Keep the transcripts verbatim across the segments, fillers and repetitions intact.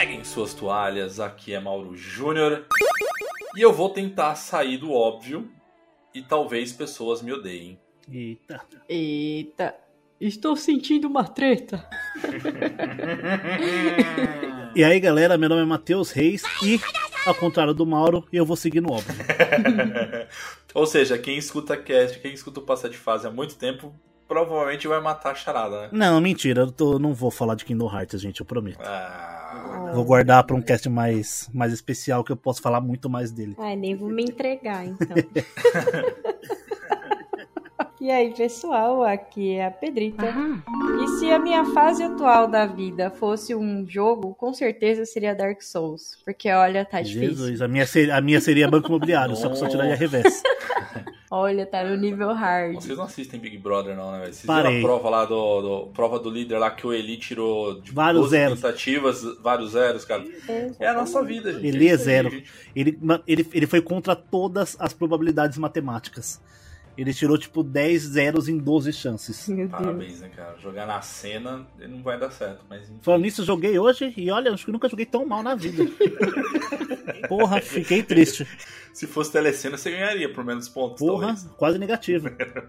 Peguem suas toalhas, aqui é Mauro Júnior. E eu vou tentar sair do óbvio e talvez pessoas me odeiem. Eita. Eita. Estou sentindo uma treta. E aí, galera, meu nome é Matheus Reis e, ao contrário do Mauro, eu vou seguir no óbvio. Ou seja, quem escuta cast, quem escuta o Passa de Fase há muito tempo, provavelmente vai matar a charada, né? Não, mentira, eu tô, não vou falar de Kingdom Hearts, gente, eu prometo. Ah... Vou guardar pra um cast mais, mais especial, que eu posso falar muito mais dele. Ai, nem vou me entregar, então. E aí, pessoal, aqui é a Pedrita. E se a minha fase atual da vida fosse um jogo, com certeza seria Dark Souls. Porque, olha, tá difícil. Jesus, a minha, ser, a minha seria Banco Imobiliário, só que só tiraria reverso. Olha, tá no nível hard. Vocês não assistem Big Brother, não, né, velho? Vocês Parei. viram a prova lá do, do, prova do líder lá que o Eli tirou de Vários zeros. tentativas, vários zeros, cara. É a nossa vida, gente. Ele é isso aí, zero. gente. Ele, ele, ele foi contra todas as probabilidades matemáticas. Ele tirou, tipo, dez zeros em doze chances. Meu Deus. Parabéns, né, cara? Jogar na cena não vai dar certo, mas... enfim. Falando nisso, eu joguei hoje e olha, acho que nunca joguei tão mal na vida. Porra, fiquei triste. Se fosse telecena, você ganharia por menos pontos, Porra, talvez. quase negativo.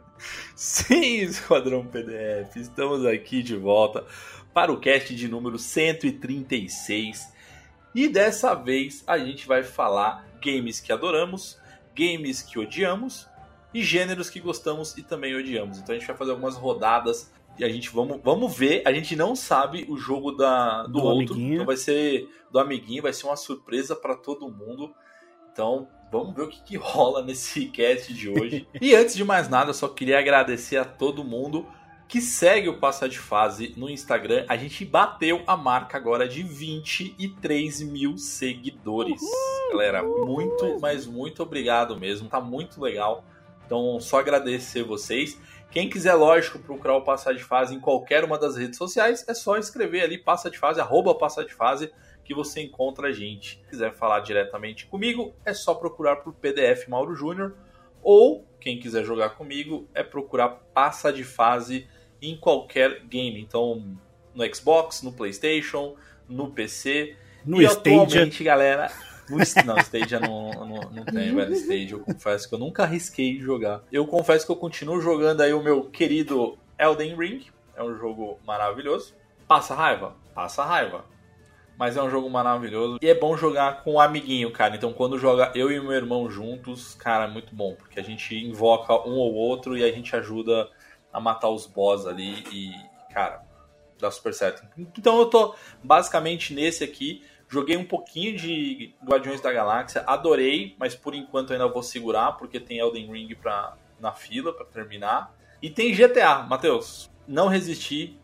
Sim, Esquadrão P D F, estamos aqui de volta para o cast de número cento e trinta e seis. E dessa vez a gente vai falar games que adoramos, games que odiamos e gêneros que gostamos e também odiamos. Então a gente vai fazer algumas rodadas e a gente vamos, vamos ver. A gente não sabe o jogo da, do, Do outro, amiguinho. então vai ser do amiguinho, vai ser uma surpresa para todo mundo. Então vamos ver o que, que rola nesse cast de hoje. E antes de mais nada, eu só queria agradecer a todo mundo que segue o Passa de Fase no Instagram. A gente bateu a marca agora de vinte e três mil seguidores. Uhul, galera, uhul, muito, uhul. mas muito obrigado mesmo. Tá muito legal. Então, só agradecer vocês. Quem quiser, lógico, procurar o Passa de Fase em qualquer uma das redes sociais, é só escrever ali Passa de Fase, arroba Passa de Fase, que você encontra a gente. Se quiser falar diretamente comigo, é só procurar por P D F Mauro Júnior. Ou, quem quiser jogar comigo, é procurar Passa de Fase em qualquer game. Então, no Xbox, no PlayStation, no P C. No e Stadia. Atualmente, galera... Não, Stadia não, não, não tem, velho. Stadia, eu confesso que eu nunca arrisquei jogar. Eu confesso que eu continuo jogando aí o meu querido Elden Ring. É um jogo maravilhoso. Passa raiva? Passa raiva. Mas é um jogo maravilhoso. E é bom jogar com um amiguinho, cara. Então quando joga eu e meu irmão juntos, cara, é muito bom. Porque a gente invoca um ou outro e a gente ajuda a matar os boss ali. E, cara, dá super certo. Então eu tô basicamente nesse aqui. Joguei um pouquinho de Guardiões da Galáxia, adorei, mas por enquanto ainda vou segurar, porque tem Elden Ring pra, na fila pra terminar. E tem G T A, Matheus. Não resisti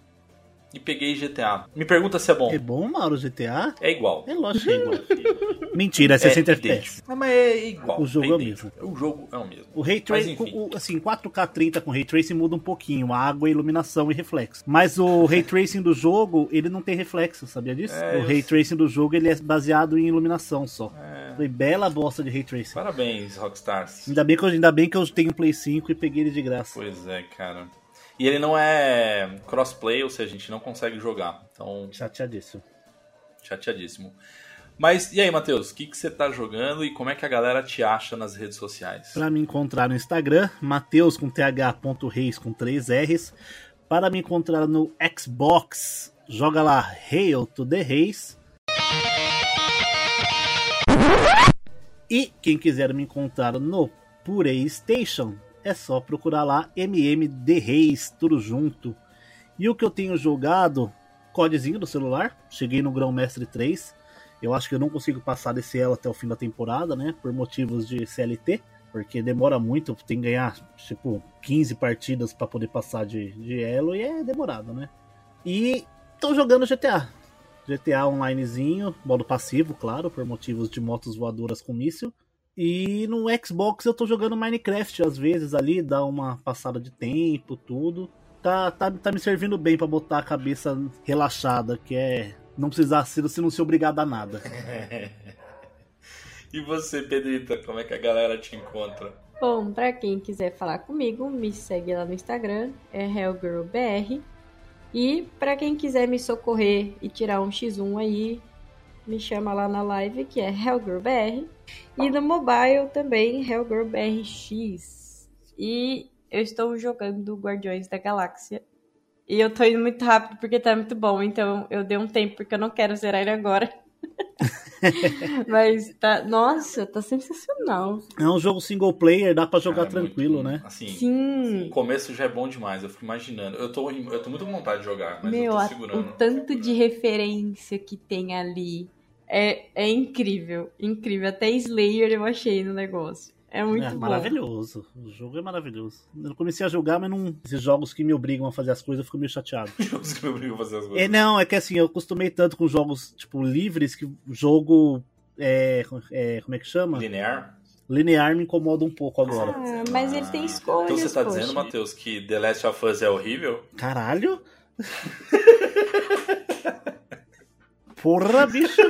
e peguei G T A. Me pergunta se é bom. É bom, Mauro, G T A? É igual. É lógico que é igual. Mentira, é sessenta F P S. Não, mas é igual. O jogo é o mesmo. O jogo é o mesmo. O Ray Tracing, assim, quatro K trinta com Ray Tracing muda um pouquinho, a água, iluminação e reflexo. Mas o Ray Tracing do jogo, ele não tem reflexo, sabia disso? É, o Ray Tracing do jogo, ele é baseado em iluminação só. É. Foi bela bosta de Ray Tracing. Parabéns, Rockstars. Ainda bem, que eu, ainda bem que eu tenho um Play cinco e peguei ele de graça. Pois é, cara. E ele não é crossplay, ou seja, a gente não consegue jogar. Então... Chateadíssimo. Chateadíssimo. Mas, e aí, Matheus, o que, que você tá jogando e como é que a galera te acha nas redes sociais? Para me encontrar no Instagram, Mateus com th.reis com três R's. Para me encontrar no Xbox, joga lá Hail to the Reis. E quem quiser me encontrar no PlayStation, é só procurar lá M M D Reis, tudo junto. E o que eu tenho jogado, codezinho do celular, cheguei no Grão Mestre três. Eu acho que eu não consigo passar desse elo até o fim da temporada, né? Por motivos de C L T. Porque demora muito, tem que ganhar, tipo, quinze partidas pra poder passar de, de elo. E é demorado, né? E tô jogando G T A. G T A onlinezinho, modo passivo, claro, por motivos de motos voadoras com míssil. E no Xbox eu tô jogando Minecraft, às vezes, ali, dá uma passada de tempo, tudo. Tá, tá, tá me servindo bem pra botar a cabeça relaxada, que é... Não precisar ser, se não ser obrigado a nada. E você, Pedrita, como é que a galera te encontra? Bom, pra quem quiser falar comigo, me segue lá no Instagram, é hellgirlbr. E pra quem quiser me socorrer e tirar um xis um aí, me chama lá na live, que é HellGirlBR. E no mobile também, HellGirlBRX. E eu estou jogando Guardiões da Galáxia. E eu tô indo muito rápido porque tá muito bom. Então eu dei um tempo porque eu não quero zerar ele agora. Mas tá... Nossa, tá sensacional. É um jogo single player, dá pra jogar Ah, é tranquilo, muito, né? Assim, Sim. O começo já é bom demais, eu fico imaginando. Eu tô, eu tô muito com vontade de jogar, mas Meu, eu tô a- segurando. o tanto de referência que tem ali é, é incrível. Incrível. Até Slayer eu achei no negócio. É muito É bom. maravilhoso. O jogo é maravilhoso. Eu comecei a jogar, mas não. Esses jogos que me obrigam a fazer as coisas, eu fico meio chateado. Jogos que me obrigam a fazer as coisas. É, não, é que assim, eu acostumei tanto com jogos, tipo, livres, que o jogo. É, é, como é que chama? Linear. Linear me incomoda um pouco agora. Ah, mas ele tem escolhas, Então você tá poxa. dizendo, Matheus, que The Last of Us é horrível? Caralho? Porra, bicho.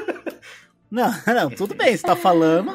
Não, não, tudo bem, você tá falando.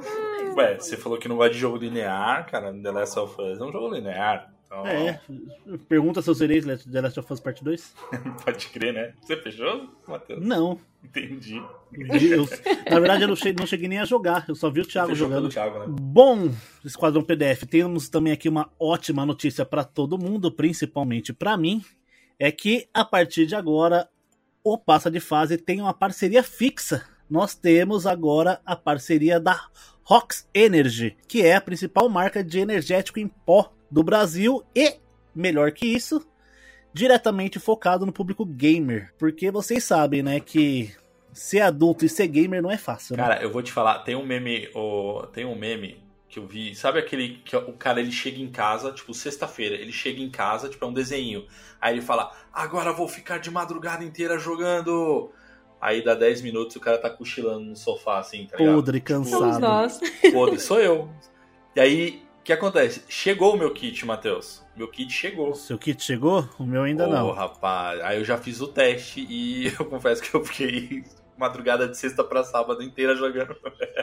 Ué, você falou que não gosta de jogo linear, cara. The Last of Us é um jogo linear. Então, É, pergunta se eu zerei The Last of Us Part dois? pode crer, né? Você fechou, Matheus? Não. Entendi. Eu- na verdade, eu não cheguei, não cheguei nem a jogar, eu só vi o Thiago Fechou jogando. pelo Thiago, né? Bom, Esquadrão P D F, temos também aqui uma ótima notícia para todo mundo, principalmente para mim, é que a partir de agora o Passa de Fase tem uma parceria fixa. Nós temos agora a parceria da Rox Energy, que é a principal marca de energético em pó do Brasil e, melhor que isso, diretamente focado no público gamer. Porque vocês sabem, né, que ser adulto e ser gamer não é fácil, né? Cara, eu vou te falar, tem um meme, oh, tem um meme que eu vi, sabe aquele que o cara ele chega em casa, tipo, sexta-feira, ele chega em casa, tipo, é um desenho. Aí ele fala: "Agora vou ficar de madrugada inteira jogando". Aí dá dez minutos e o cara tá cochilando no sofá assim, tá ligado? Podre, Somos cansado. nós. Podre, sou eu. E aí, o que acontece? Chegou o meu kit, Matheus. Meu kit chegou. Seu kit chegou? O meu ainda Ô, não. rapaz, aí eu já fiz o teste e eu confesso que eu fiquei madrugada de sexta pra sábado inteira jogando.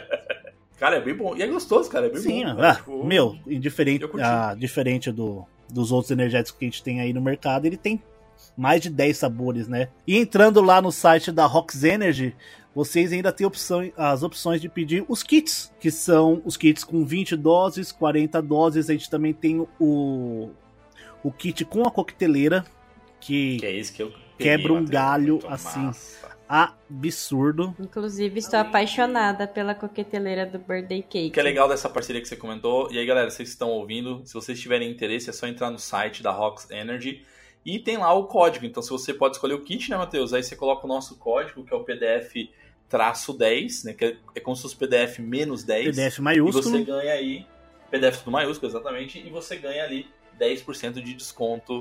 Cara, é bem bom. E é gostoso, cara. É bem Sim, bom. ah, cara. Tipo, meu, indiferente, eu curti. ah, diferente do, dos outros energéticos que a gente tem aí no mercado, ele tem mais de dez sabores, né? E entrando lá no site da Rox Energy, vocês ainda têm opção, as opções de pedir os kits, que são os kits com vinte doses, quarenta doses. A gente também tem o, o kit com a coqueteleira, que, Que é isso que eu quebra um Matheus. galho, Muito assim. massa. absurdo. Inclusive, estou apaixonada pela coqueteleira do Birthday Cake. O que é legal dessa parceria que você comentou. E aí, galera, vocês estão ouvindo, se vocês tiverem interesse, é só entrar no site da Rox Energy e tem lá o código. Então, se você pode escolher o kit, né, Matheus? Aí você coloca o nosso código, que é o P D F dez, né? Que é, é como se fosse P D F menos dez. P D F E maiúsculo. você ganha aí, P D F tudo maiúsculo, exatamente, e você ganha ali dez por cento de desconto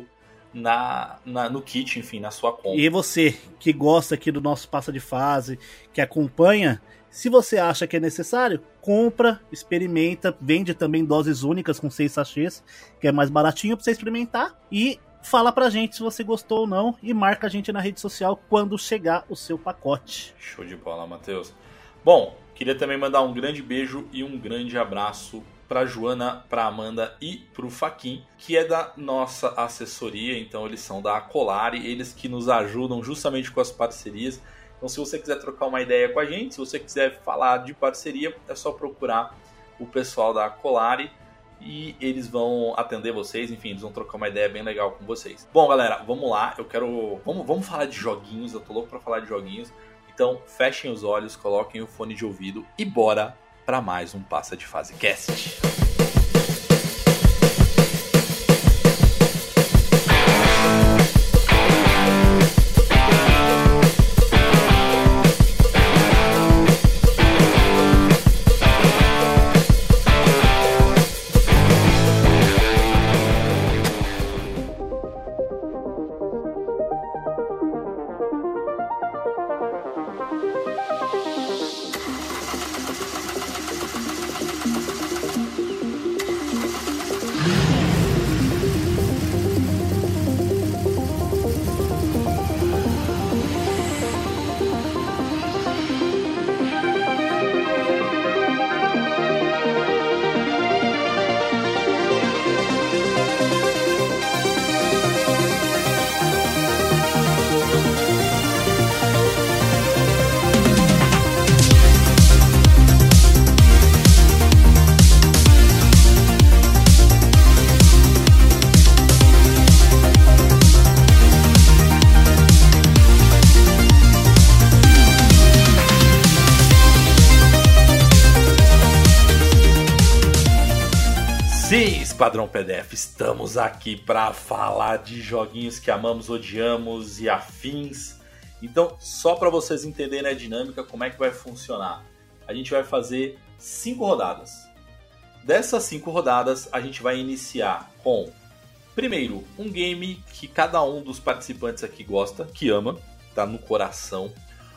na, na, no kit, enfim, na sua compra. E você que gosta aqui do nosso Passa de Fase, que acompanha, se você acha que é necessário, compra, experimenta, vende também doses únicas com seis sachês, que é mais baratinho pra você experimentar, e fala pra gente se você gostou ou não, e marca a gente na rede social quando chegar o seu pacote. Show de bola, Matheus. Bom, queria também mandar um grande beijo e um grande abraço para Joana, para Amanda e para o Faquin, que é da nossa assessoria. Então eles são da Acolari, eles que nos ajudam justamente com as parcerias. Então se você quiser trocar uma ideia com a gente, se você quiser falar de parceria, é só procurar o pessoal da Acolari e eles vão atender vocês, enfim, eles vão trocar uma ideia bem legal com vocês. Bom, galera, vamos lá, eu quero... Vamos, vamos falar de joguinhos, eu tô louco para falar de joguinhos. Então fechem os olhos, coloquem o fone de ouvido e bora para mais um Passa de Fase Cast. Esquadrão P D F, estamos aqui para falar de joguinhos que amamos, odiamos e afins. Então, só para vocês entenderem a dinâmica, como é que vai funcionar. A gente vai fazer cinco rodadas. Dessas cinco rodadas, a gente vai iniciar com, primeiro, um game que cada um dos participantes aqui gosta, que ama, tá no coração.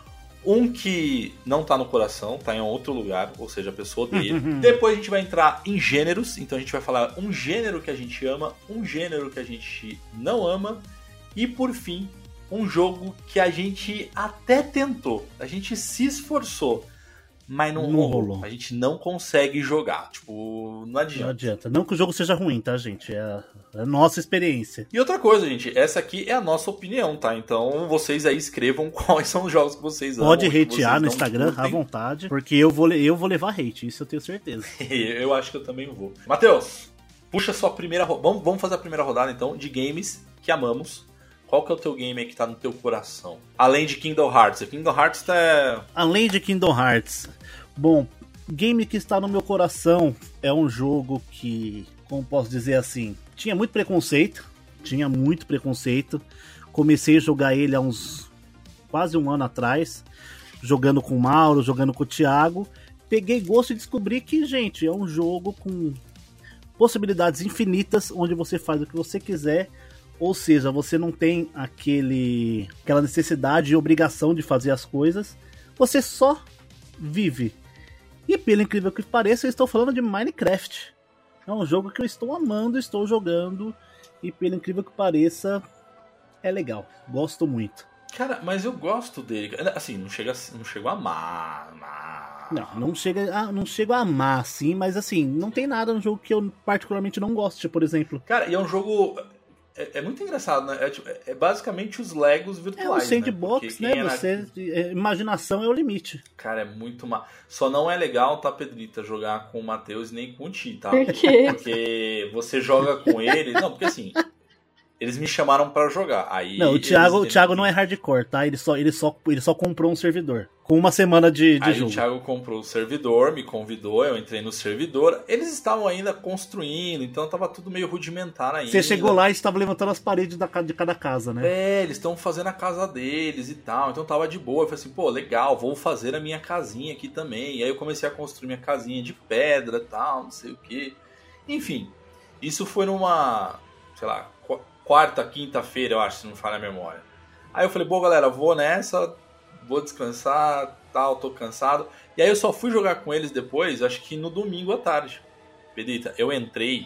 Um que não tá no coração, tá em outro lugar, ou seja, a pessoa odeia. Depois a gente vai entrar em gêneros, então a gente vai falar um gênero que a gente ama, um gênero que a gente não ama, e por fim, um jogo que a gente até tentou, a gente se esforçou, mas não, não rolou. rolou. A gente não consegue jogar, tipo, não adianta. Não adianta, não que o jogo seja ruim, tá, gente? É a nossa experiência. E outra coisa, gente, essa aqui é a nossa opinião, tá? Então vocês aí escrevam quais são os jogos que vocês amam. Pode hatear no Instagram, à vontade, porque eu vou, eu vou levar hate, isso eu tenho certeza. Eu acho que eu também vou. Matheus, puxa sua primeira rodada. Vamos, vamos fazer a primeira rodada, então, de games que amamos. Qual que é o teu game aí que tá no teu coração? Além de Kingdom Hearts. Kingdom Hearts tá... Além de Kingdom Hearts. Bom, game que está no meu coração é um jogo que, como posso dizer assim, tinha muito preconceito. Tinha muito preconceito. Comecei a jogar ele há uns quase um ano atrás. Jogando com o Mauro, jogando com o Thiago. Peguei gosto e descobri que, gente, é um jogo com possibilidades infinitas, onde você faz o que você quiser. Ou seja, você não tem aquele, aquela necessidade e obrigação de fazer as coisas. Você só vive. E pelo incrível que pareça, eu estou falando de Minecraft. É um jogo que eu estou amando, estou jogando. E pelo incrível que pareça, é legal. Gosto muito. Cara, mas eu gosto dele. Assim, não chega, não chego a amar, amar. Não, não chega, a, não chego a amar, sim. Mas assim, não tem nada no jogo que eu particularmente não goste, por exemplo. Cara, e é um jogo... É, é muito engraçado, né? É, tipo, é basicamente os Legos virtuais. É um sandbox, né? né? Você, na... Imaginação é o limite. Cara, é muito mal. Só não é legal, tá, Pedrita, jogar com o Matheus nem com o Ti, tá? Por quê? Porque você joga com ele. Não, porque assim. Eles me chamaram pra jogar. Aí não, o Thiago, eles... o Thiago não é hardcore, tá? Ele só, ele, só, ele só comprou um servidor. Com uma semana de, de aí jogo. Aí o Thiago comprou o servidor, me convidou, eu entrei no servidor. Eles estavam ainda construindo, então tava tudo meio rudimentar ainda. Você chegou lá e estava levantando as paredes da, de cada casa, né? É, eles estão fazendo a casa deles e tal. Então tava de boa. Eu falei assim, pô, legal, vou fazer a minha casinha aqui também. E aí eu comecei a construir minha casinha de pedra e tal, não sei o que. Enfim, isso foi numa, sei lá... quarta, quinta-feira, eu acho, se não me falha a memória. Aí eu falei, bom, galera, vou nessa, vou descansar, tal, tô cansado. E aí eu só fui jogar com eles depois, acho que no domingo à tarde. Pedrita, eu entrei,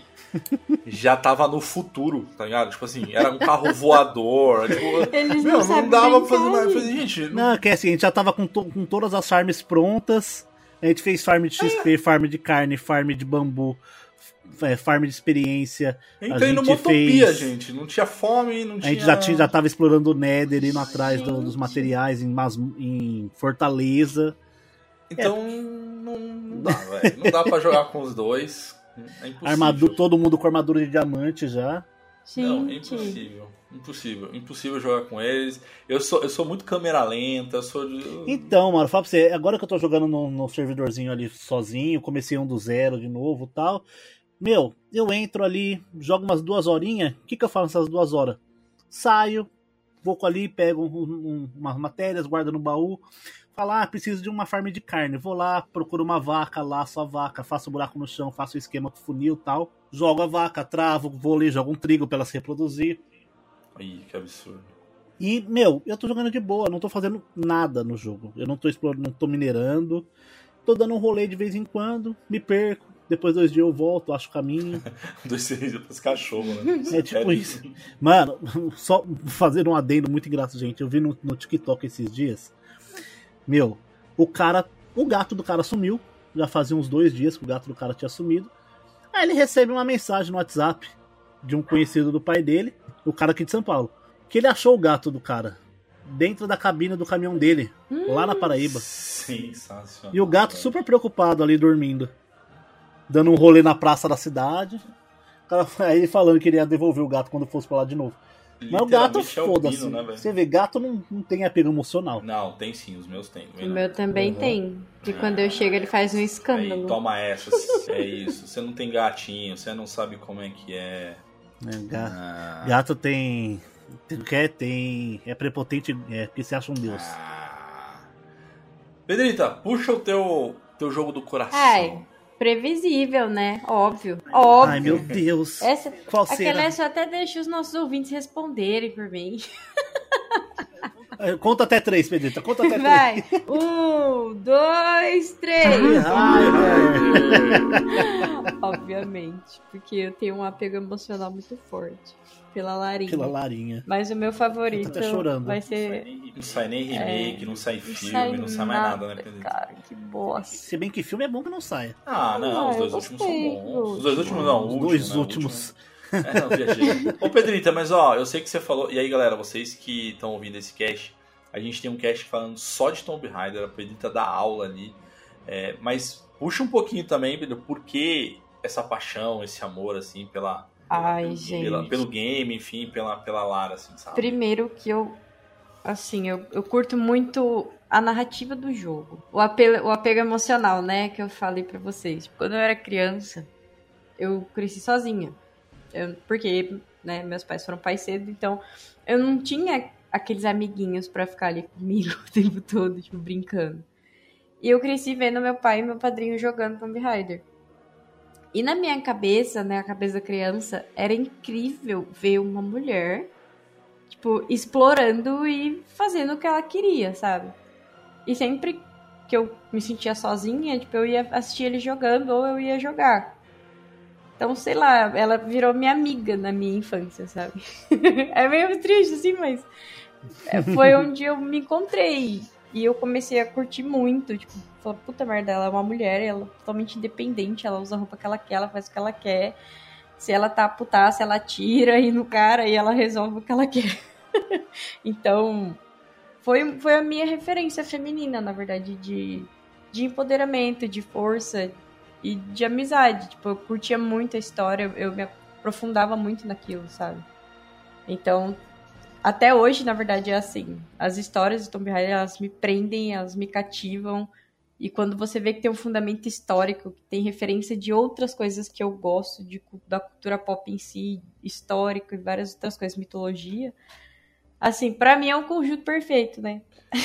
já tava no futuro, tá ligado? Tipo assim, era um carro voador. Tipo, eles meu, não, não dava pra fazer mais. Eu falei, gente... Não, não, que é assim, a gente já tava com, to- com todas as farms prontas. A gente fez farm de X P, é. farm de carne, farm de bambu, farm de experiência. Entrei numa utopia, gente. Não tinha fome, não tinha... A gente já, tinha, já tava explorando o Nether, indo atrás do, dos materiais em, mas, em Fortaleza. Então, é. não, não dá, velho. Não dá pra jogar com os dois. É impossível. Armadura, todo mundo com armadura de diamante já. Gente. Não, é impossível. Impossível. Impossível jogar com eles. Eu sou, eu sou muito câmera lenta, eu sou... Então, mano, fala pra você, agora que eu tô jogando no, no servidorzinho ali sozinho, comecei um do zero de novo e tal... Meu, eu entro ali, jogo umas duas horinhas. O que, que eu faço nessas duas horas? Saio, vou ali, pego um, um, umas matérias, guardo no baú. Falo, ah, preciso de uma farm de carne. Vou lá, procuro uma vaca, laço a vaca, faço um buraco no chão, faço o um esquema com funil e tal. Jogo a vaca, travo, vou ali, jogo um trigo pra ela se reproduzir. Ih, que absurdo. E, meu, eu tô jogando de boa, não tô fazendo nada no jogo. Eu não tô explorando, não tô minerando. Tô dando um rolê de vez em quando, me perco. Depois dois dias eu volto, acho o caminho. Dois dias depois cachorro, né? É tipo é isso. Mano, só fazer um adendo muito engraçado, gente. Eu vi no, no TikTok esses dias. Meu, o cara... O gato do cara sumiu. Já fazia uns dois dias que o gato do cara tinha sumido. Aí ele recebe uma mensagem no WhatsApp de um conhecido do pai dele, o cara aqui de São Paulo, que ele achou o gato do cara dentro da cabine do caminhão dele, hum, lá na Paraíba. Sensacional. E o gato super preocupado ali dormindo. Dando um rolê na praça da cidade. O cara, aí falando que ele ia devolver o gato quando fosse pra lá de novo. Mas o gato, literalmente é foda-se. albino, né, velho? Você vê, gato não, não tem apego emocional. Não, tem sim, os meus tem. O meu também Uhum. tem. E quando eu chego, ele faz um Aí, escândalo. toma essa, é isso. Você não tem gatinho, você não sabe como é que é. É, ga- Ah, Gato tem. Tem. Quer, tem é prepotente, é porque você acha um deus. ah. Pedrita, puxa o teu, teu jogo do coração. Ai, previsível, né? Óbvio. Óbvio. Ai, meu Deus. Essa, Qual aquela será? essa eu até deixo os nossos ouvintes responderem por mim. É, Conta até três, Pedrita. Conta até três. Vai. Um, dois, três. Ai, velho. Obviamente. Porque eu tenho um apego emocional muito forte pela Larinha. Pela Larinha. Mas o meu favorito Eu tô até chorando. vai Não sai ser. nem- Não sai nem remake, não sai Não filme, sai não sai mais nada, né, Pedrita? Cara, que bosta. Se bem que filme é bom que não saia. Ah, não, Ah, os dois eu últimos gostei são do bons. Os dois últimos não, o Os último, dois né, o últimos. último. É, não, viajei. Ô, Pedrita, mas ó, eu sei que você falou. E aí, galera, vocês que estão ouvindo esse cast, a gente tem um cast falando só de Tomb Raider, a Pedrita dá aula ali. É, mas puxa um pouquinho também, Pedro, por que essa paixão, esse amor, assim, pela. Ai, pela- gente. pela- pelo game, enfim, pela, pela Lara, assim, sabe? Primeiro que eu, assim, eu, eu curto muito a narrativa do jogo. O apelo, o apego emocional, né, que eu falei pra vocês. Quando eu era criança, eu cresci sozinha. Eu- porque, né, meus pais foram pais cedo, então eu não tinha aqueles amiguinhos pra ficar ali comigo o tempo todo, tipo, brincando. E eu cresci vendo meu pai e meu padrinho jogando Tomb Raider. E na minha cabeça, né, a cabeça da criança, era incrível ver uma mulher, tipo, explorando e fazendo o que ela queria, sabe? E sempre que eu me sentia sozinha, tipo, eu ia assistir ele jogando ou eu ia jogar. Então, sei lá, ela virou minha amiga na minha infância, sabe? É meio triste, assim, mas é, foi onde eu me encontrei. E eu comecei a curtir muito, tipo, falar, puta merda, ela é uma mulher, ela é totalmente independente, ela usa a roupa que ela quer, ela faz o que ela quer. Se ela tá putaça, ela tira aí no cara e ela resolve o que ela quer. Então, foi, foi a minha referência feminina, na verdade, de, de empoderamento, de força e de amizade. Tipo, eu curtia muito a história, eu me aprofundava muito naquilo, sabe? Então, até hoje, na verdade, é assim. As histórias de Tomb Raider, elas me prendem, elas me cativam. E quando você vê que tem um fundamento histórico, que tem referência de outras coisas que eu gosto, de, da cultura pop em si, histórico e várias outras coisas, mitologia, assim, pra mim é um conjunto perfeito, né?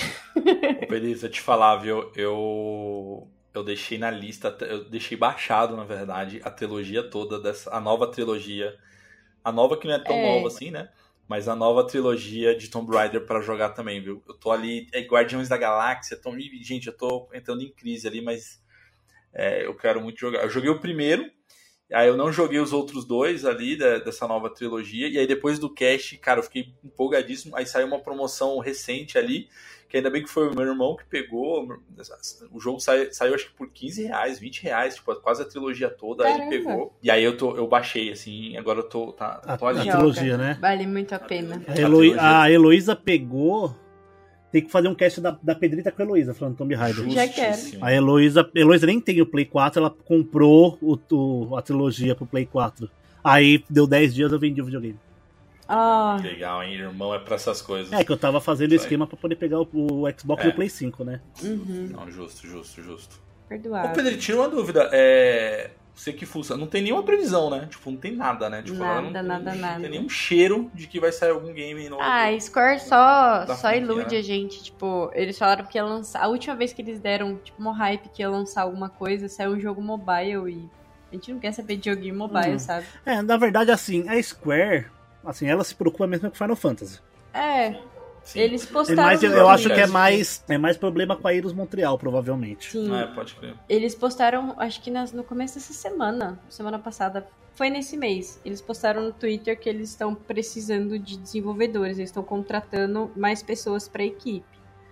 Ô, Pedrita, te falar, viu? Eu, eu deixei na lista, eu deixei baixado, na verdade, a trilogia toda, dessa, a nova trilogia. A nova que não é tão É. nova assim, né? Mas a nova trilogia de Tomb Raider pra jogar também, viu? Eu tô ali, é Guardiões da Galáxia, tô, gente, eu tô entrando em crise ali, mas é, eu quero muito jogar. Eu joguei o primeiro, aí eu não joguei os outros dois ali da- dessa nova trilogia, e aí depois do cast, cara, eu fiquei empolgadíssimo, aí saiu uma promoção recente ali, que ainda bem que foi o meu irmão que pegou, o jogo saiu, saiu acho que por quinze reais, vinte reais, tipo, quase a trilogia toda, aí ele Caramba. pegou, e aí eu, tô, eu baixei, assim, agora eu tô, tá, A, tô a ali. Joga. trilogia, né? Vale muito a pena. A, Helo- a Heloísa pegou. Tem que fazer um cast da, da Pedrita com a Heloísa, falando Tomb Raider. Já quero. Justíssimo. A Heloísa, Heloísa nem tem o Play quatro, ela comprou o, o- a trilogia pro Play quatro. Aí deu dez dias, eu vendi o videogame. Ah, Legal, hein? Irmão é pra essas coisas. É que eu tava fazendo Isso aí. esquema pra poder pegar o, o Xbox É. e o Play cinco, né? uhum, Não, justo, justo, justo. Ô, perdoado. Pedro, tira uma dúvida. É... Você que fuça, não tem nenhuma previsão, né? Tipo, não tem nada, né? Tipo, agora Nada, não, nada, não nada. tem nenhum cheiro de que vai sair algum game novo. Ah, a Square só, Da só franquia, ilude né? a gente. Tipo, eles falaram que ia lançar. A última vez que eles deram, tipo, uma hype que ia lançar alguma coisa, saiu um jogo mobile e a gente não quer saber de joguinho mobile, Hum. sabe? É, na verdade, assim, a Square, assim, ela se preocupa mesmo com Final Fantasy. É, Sim. eles É postaram. mais, eu, um eu acho vídeo. que é mais, é mais problema com a Eidos Montreal, provavelmente. Sim, É, pode crer. eles postaram, acho que nas- no começo dessa semana, semana passada, foi nesse mês. Eles postaram no Twitter que eles estão precisando de desenvolvedores, eles estão contratando mais pessoas pra equipe.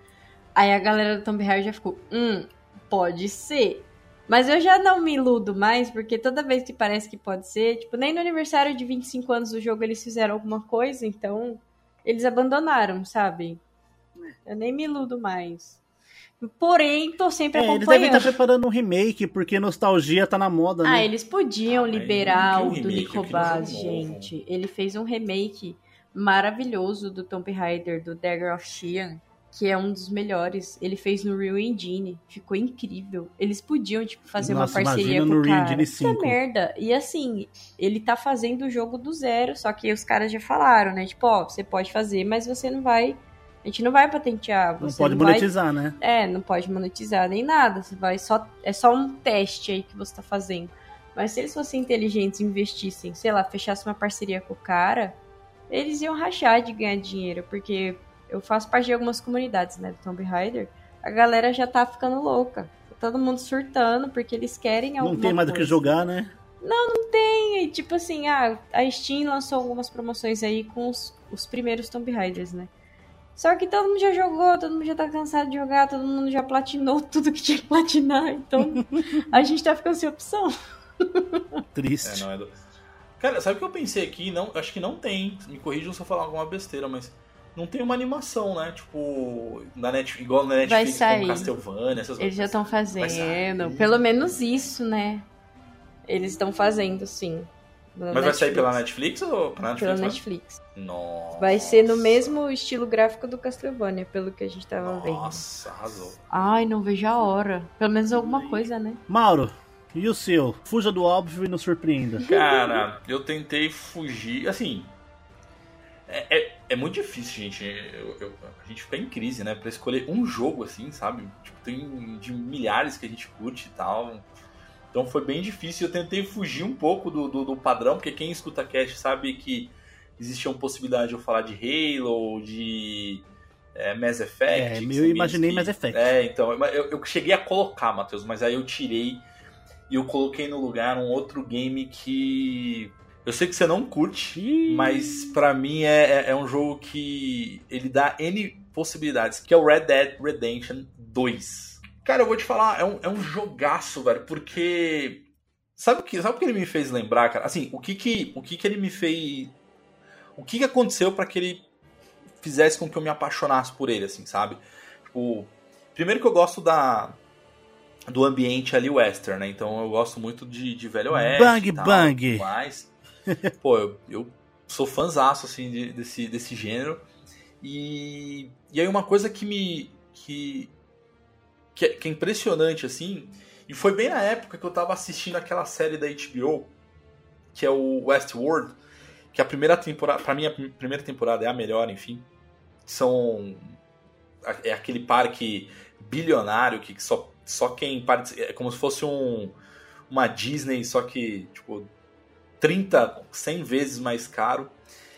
Aí a galera do Tomb Raider já ficou, hum, pode ser. Mas eu já não me iludo mais, porque toda vez que parece que pode ser, tipo, nem no aniversário de vinte e cinco anos do jogo eles fizeram alguma coisa, então eles abandonaram, sabe? Eu nem me iludo mais. Porém, tô sempre É, eles acompanhando. devem estar preparando um remake, porque nostalgia tá na moda, né? Ah, eles podiam Ah, mas liberar não o tem um do remake, Nico eu queria Bass, um novo. gente. Ele fez um remake maravilhoso do Tomb Raider, do Dagger of Xian, que é um dos melhores. Ele fez no Real Engine, ficou incrível. Eles podiam, tipo, fazer Nossa, uma parceria imagina com no o Real cara. Engine Isso é cinco. merda. E assim, ele tá fazendo o jogo do zero, só que os caras já falaram, né? Tipo, ó, você pode fazer, mas você não vai... A gente não vai patentear. Não Você pode não monetizar, vai... né? É, não pode monetizar nem nada. Você vai só... É só um teste aí que você tá fazendo. Mas se eles fossem inteligentes e investissem, sei lá, fechassem uma parceria com o cara, eles iam rachar de ganhar dinheiro, porque eu faço parte de algumas comunidades, né, do Tomb Raider, a galera já tá ficando louca. Todo mundo surtando, porque eles querem alguma Não tem mais do que coisa. jogar, né? Não, não tem. E, tipo assim, ah, a Steam lançou algumas promoções aí com os, os primeiros Tomb Raiders, né? Só que todo mundo já jogou, todo mundo já tá cansado de jogar, todo mundo já platinou tudo que tinha que platinar, então a gente tá ficando sem opção. Triste. É, não é do... Cara, sabe o que eu pensei aqui? Não, acho que não tem. Me corrijam se eu falar alguma besteira, mas não tem uma animação, né? Tipo, na Net... igual na Netflix, Vai sair. como Castlevania, essas Eles já estão Vai fazendo. sair. Pelo menos isso, né? Eles estão fazendo, sim. Mas vai sair pela Netflix ou pela Netflix? Pela né? Netflix. Nossa. Vai ser no mesmo estilo gráfico do Castlevania, pelo que a gente tava vendo. Nossa, arrasou. Ai, não vejo a hora. Pelo menos alguma coisa, né? Mauro, e o seu? Fuja do óbvio e nos surpreenda. Cara, eu tentei fugir. Assim, é, é, é muito difícil, gente. Eu, eu, a gente fica em crise, né? Pra escolher um jogo assim, sabe? Tipo, tem de milhares que a gente curte e tal. Então foi bem difícil. Eu tentei fugir um pouco do, do, do padrão, porque quem escuta cast sabe que existia uma possibilidade de eu falar de Halo, de é, Mass Effect. É, eu imaginei que, Mass Effect. É, então, eu, eu cheguei a colocar, Matheus, mas aí eu tirei e eu coloquei no lugar um outro game que eu sei que você não curte, Ih. mas pra mim é, é, é um jogo que ele dá N possibilidades, que é o Red Dead Redemption dois. Cara, eu vou te falar, é um, é um jogaço, velho, porque... Sabe o que, sabe o que ele me fez lembrar, cara? Assim, o que que, o que, que ele me fez... O que que aconteceu pra que ele fizesse com que eu me apaixonasse por ele, assim, sabe? Tipo, primeiro que eu gosto da... do ambiente ali western, né? Então eu gosto muito de, de Velho Oeste. Bang, e tal, bang. Mas, pô, eu, eu sou fãzaço, assim, de, desse, desse gênero. E, e aí uma coisa que me... Que, que, é, que é impressionante, assim... E foi bem na época que eu tava assistindo aquela série da H B O, que é o Westworld, que a primeira temporada... Pra mim, a primeira temporada é a melhor, enfim. São... É aquele parque bilionário que só... Só quem participa... É como se fosse um, uma Disney, só que, tipo, trinta, cem vezes mais caro.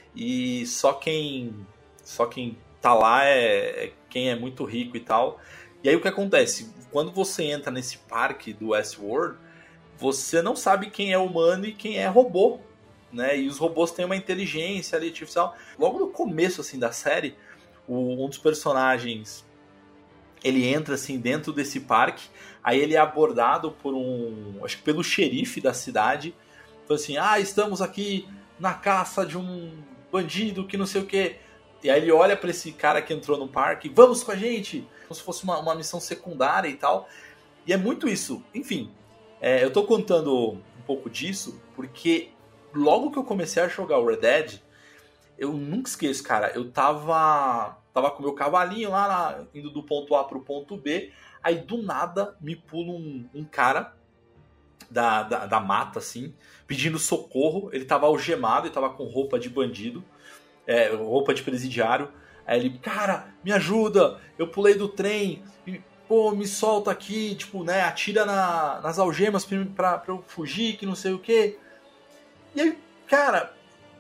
E só quem... Só quem tá lá é, é quem é muito rico e tal. E aí o que acontece? Quando você entra nesse parque do Westworld, você não sabe quem é humano e quem é robô, né? E os robôs têm uma inteligência ali, artificial. Logo no começo, assim, da série, o, um dos personagens... Ele entra assim dentro desse parque, aí ele é abordado por um, acho que pelo xerife da cidade, então assim, ah, estamos aqui na caça de um bandido que não sei o que, e aí ele olha para esse cara que entrou no parque, vamos com a gente, como se fosse uma, uma missão secundária e tal, e é muito isso, enfim, é, eu tô contando um pouco disso, porque logo que eu comecei a jogar o Red Dead, eu nunca esqueço, cara, eu tava... Tava com o meu cavalinho lá, na, indo do ponto A pro ponto B. Aí do nada me pula um, um cara da, da, da mata, assim, pedindo socorro. Ele tava algemado e tava com roupa de bandido, é, roupa de presidiário. Aí ele, cara, me ajuda, eu pulei do trem, e, pô, me solta aqui, tipo, né, atira na, nas algemas pra, pra, pra eu fugir, que não sei o quê. E aí, cara...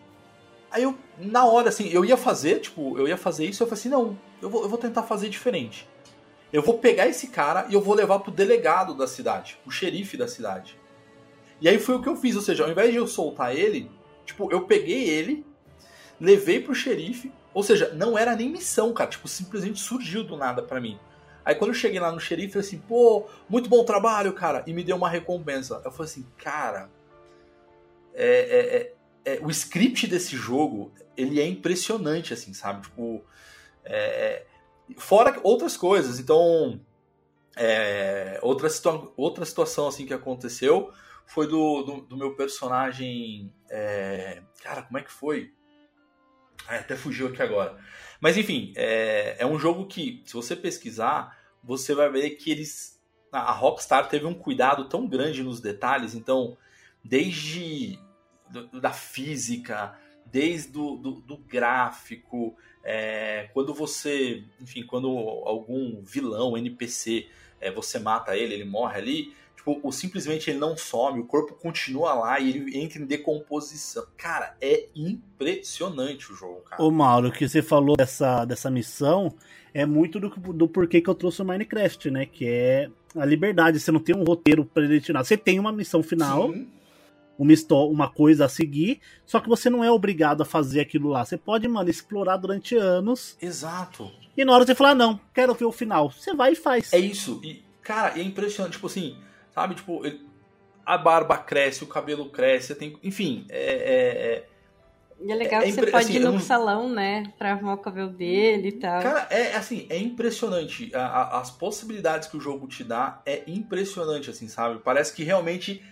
Aí eu, na hora, assim, eu ia fazer, tipo, eu ia fazer isso, eu falei assim, não, eu vou, eu vou tentar fazer diferente. Eu vou pegar esse cara e eu vou levar pro delegado da cidade, o xerife da cidade. E aí foi o que eu fiz, ou seja, ao invés de eu soltar ele, tipo, eu peguei ele, levei pro xerife, ou seja, não era nem missão, cara, tipo, simplesmente surgiu do nada pra mim. Aí quando eu cheguei lá no xerife, eu falei assim, pô, muito bom trabalho, cara, e me deu uma recompensa. Eu falei assim, cara, é... é, é É, o script desse jogo, ele é impressionante, assim, sabe? Tipo, é, fora outras coisas. Então, é, outra, situa- outra situação, assim, que aconteceu foi do, do, do meu personagem... É, cara, como é que foi? Ai, até fugiu aqui agora. Mas enfim, é, é um jogo que, se você pesquisar, você vai ver que eles... A Rockstar teve um cuidado tão grande nos detalhes, então, desde do, da física, desde do, do, do gráfico, é, quando você, enfim, quando algum vilão, N P C, é, você mata ele, ele morre ali, tipo, ou simplesmente ele não some, o corpo continua lá e ele entra em decomposição. Cara, é impressionante o jogo, cara. Ô Mauro, o que você falou dessa, dessa missão é muito do, do porquê que eu trouxe o Minecraft, né? Que é a liberdade, você não tem um roteiro predestinado. Você tem uma missão final, uma, história, uma coisa a seguir, só que você não é obrigado a fazer aquilo lá. Você pode, mano, explorar durante anos. Exato. E na hora você falar, não, quero ver o final. Você vai e faz. É isso. E, cara, é impressionante. Tipo assim, sabe? Tipo, ele, a barba cresce, o cabelo cresce, você tem... Enfim, é... é, é... E é legal é, que é você impre... pode assim, ir no não... salão, né? Pra arrumar o cabelo dele e tal. Cara, é assim, é impressionante. A, a, as possibilidades que o jogo te dá é impressionante, assim, sabe? Parece que realmente,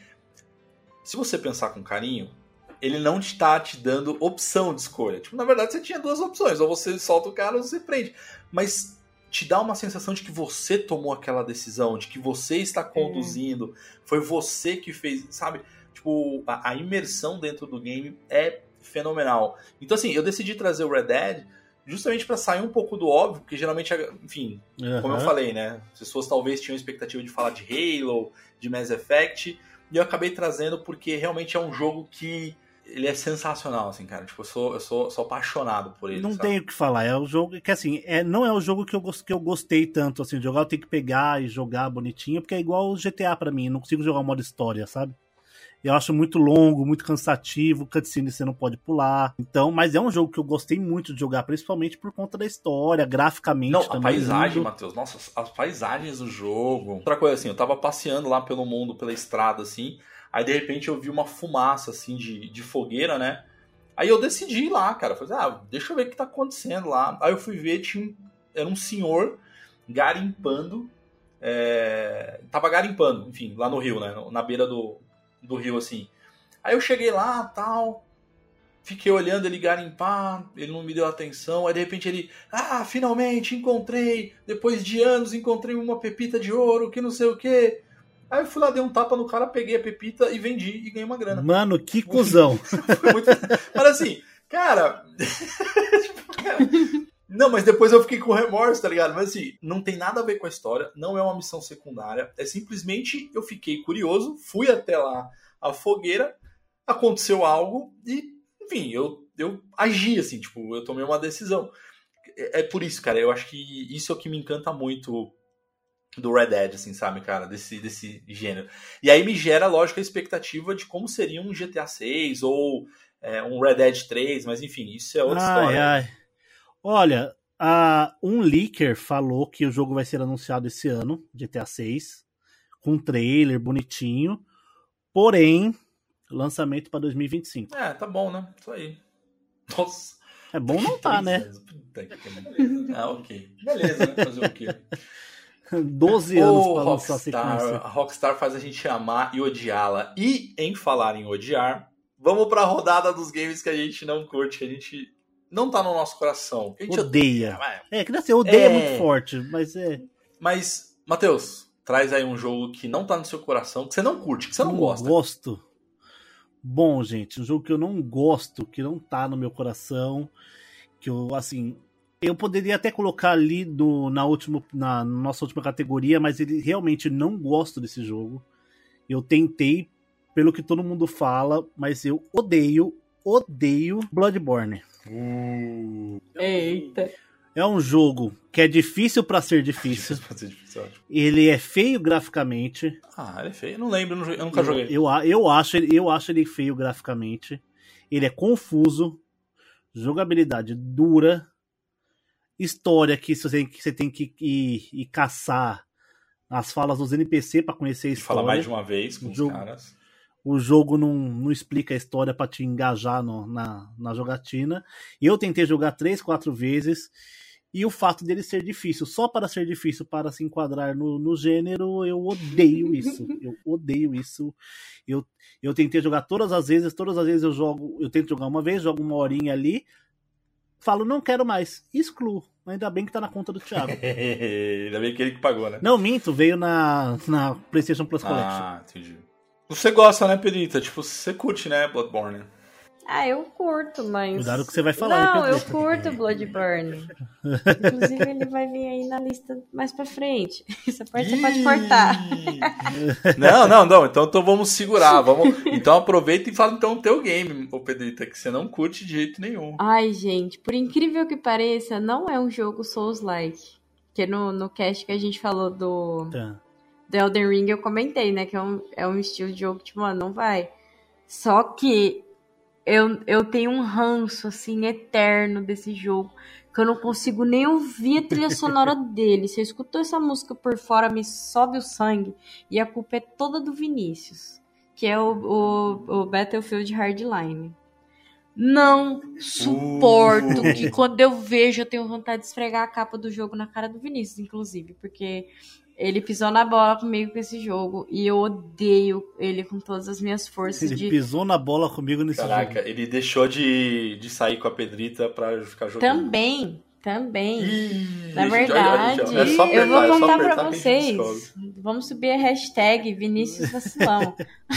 se você pensar com carinho, ele não está te dando opção de escolha. Tipo, na verdade, você tinha duas opções. Ou você solta o cara ou você prende. Mas te dá uma sensação de que você tomou aquela decisão, de que você está conduzindo, é. Foi você que fez, sabe? Tipo, a, a imersão dentro do game é fenomenal. Então, assim, eu decidi trazer o Red Dead justamente para sair um pouco do óbvio, porque geralmente, enfim, uhum. Como eu falei, né? As pessoas talvez tinham expectativa de falar de Halo, de Mass Effect, e eu acabei trazendo porque realmente é um jogo que ele é sensacional, assim, cara. Tipo, eu sou, eu sou, sou apaixonado por ele. Não sabe? tenho o que falar. É o jogo que, assim, é, não é o jogo que eu, que eu gostei tanto, assim, de jogar. Eu tenho que pegar e jogar bonitinho, porque é igual o G T A pra mim. Eu não consigo jogar o modo história, sabe? Eu acho muito longo, muito cansativo, cutscene você não pode pular. Então, mas é um jogo que eu gostei muito de jogar, principalmente por conta da história, graficamente não, também. A paisagem, Matheus, nossa, as paisagens do jogo. Outra coisa assim, eu tava passeando lá pelo mundo, pela estrada, assim, aí de repente eu vi uma fumaça, assim, de, de fogueira, né? Aí eu decidi ir lá, cara. Falei, ah, deixa eu ver o que tá acontecendo lá. Aí eu fui ver, tinha, era um senhor garimpando, é, tava garimpando, enfim, lá no rio, né? Na beira do... do rio, assim. Aí eu cheguei lá, tal, fiquei olhando ele garimpar, ele não me deu atenção, aí de repente ele, ah, finalmente encontrei, depois de anos encontrei uma pepita de ouro, que não sei o que. Aí eu fui lá, dei um tapa no cara, peguei a pepita e vendi e ganhei uma grana. Mano, que cuzão. Foi muito... Mas assim, cara... tipo, cara... Não, mas depois eu fiquei com remorso, tá ligado? Mas assim, não tem nada a ver com a história, não é uma missão secundária, é simplesmente eu fiquei curioso, fui até lá a fogueira, aconteceu algo e, enfim, eu, eu agi assim, tipo, eu tomei uma decisão. É, é por isso, cara, eu acho que isso é o que me encanta muito do Red Dead, assim, sabe, cara, desse, desse gênero. E aí me gera, lógico, a expectativa de como seria um G T A seis ou é, um Red Dead três, mas enfim, isso é outra ai, história. Ai. Olha, a, um leaker falou que o jogo vai ser anunciado esse ano, G T A seis, com um trailer bonitinho, porém, lançamento para dois mil e vinte e cinco. É, tá bom, né? Isso aí. Nossa. É bom não tá, né? Ah, ok. Beleza, né? Fazer o quê? doze anos para lançar a sequência. A Rockstar faz a gente amar e odiá-la. E, em falar em odiar, vamos pra rodada dos games que a gente não curte, que a gente... não tá no nosso coração. A gente odeia. odeia. É, que assim, odeia é muito forte, mas é... Mas, Matheus, traz aí um jogo que não tá no seu coração, que você não curte, que você não, não gosta. Gosto. Bom, gente, um jogo que eu não gosto, que não tá no meu coração, que eu, assim... Eu poderia até colocar ali do, na, última, na nossa última categoria, mas ele realmente não gosto desse jogo. Eu tentei, pelo que todo mundo fala, mas eu odeio, odeio Bloodborne. Uh. Eita. É um jogo que é difícil pra ser difícil. pra ser difícil, ótimo. Ele é feio graficamente. Ah, ele é feio? Eu não lembro, eu nunca joguei. Eu, eu, eu, acho, eu acho ele feio graficamente. Ele é confuso. Jogabilidade dura. História que você, que você tem que ir, ir caçar as falas dos N P C pra conhecer a história. Falar mais de uma vez com o os jogo, caras. O jogo não, não explica a história pra te engajar no, na, na jogatina. E eu tentei jogar três, quatro vezes. E o fato dele ser difícil, só para ser difícil, para se enquadrar no, no gênero, eu odeio isso. Eu odeio isso. Eu, eu tentei jogar todas as vezes, todas as vezes eu jogo, eu tento jogar uma vez, jogo uma horinha ali. falo, não quero mais, excluo. Ainda bem que tá na conta do Thiago. Ainda bem que ele que pagou, né? Não, minto, veio na, na PlayStation Plus Collection. Ah, entendi. Você gosta, né, Pedrita? Tipo, você curte, né, Bloodborne? Ah, eu curto, mas... Cuidado que você vai falar. Não, eu curto Bloodborne. Inclusive, ele vai vir aí na lista mais pra frente. Essa parte você pode cortar. Não, não, não. Então, então vamos segurar. Vamos... Então aproveita e fala então o teu game, ô Pedrita, que você não curte de jeito nenhum. Ai, gente, por incrível que pareça, não é um jogo Souls-like. Porque no, no cast que a gente falou do, Tá. do Elden Ring, eu comentei, né? Que é um, é um estilo de jogo que, tipo, mano, não vai. Só que eu, eu tenho um ranço, assim, eterno desse jogo. Que eu não consigo nem ouvir a trilha sonora dele. Se eu escuto essa música por fora, me sobe o sangue. E a culpa é toda do Vinícius. Que é o, o, o Battlefield Hardline. Não suporto Uh. que quando eu vejo, eu tenho vontade de esfregar a capa do jogo na cara do Vinícius, inclusive. Porque ele pisou na bola comigo com esse jogo. E eu odeio ele com todas as minhas forças. Ele de... pisou na bola comigo nesse Caraca, jogo. ele deixou de, de sair com a Pedrita pra ficar jogando. Também, também. Ih, Na gente, verdade, olha, olha, é só apertar, eu vou é só contar apertar pra que a gente vocês. descobre. Vamos subir a hashtag Vinícius Vacilão.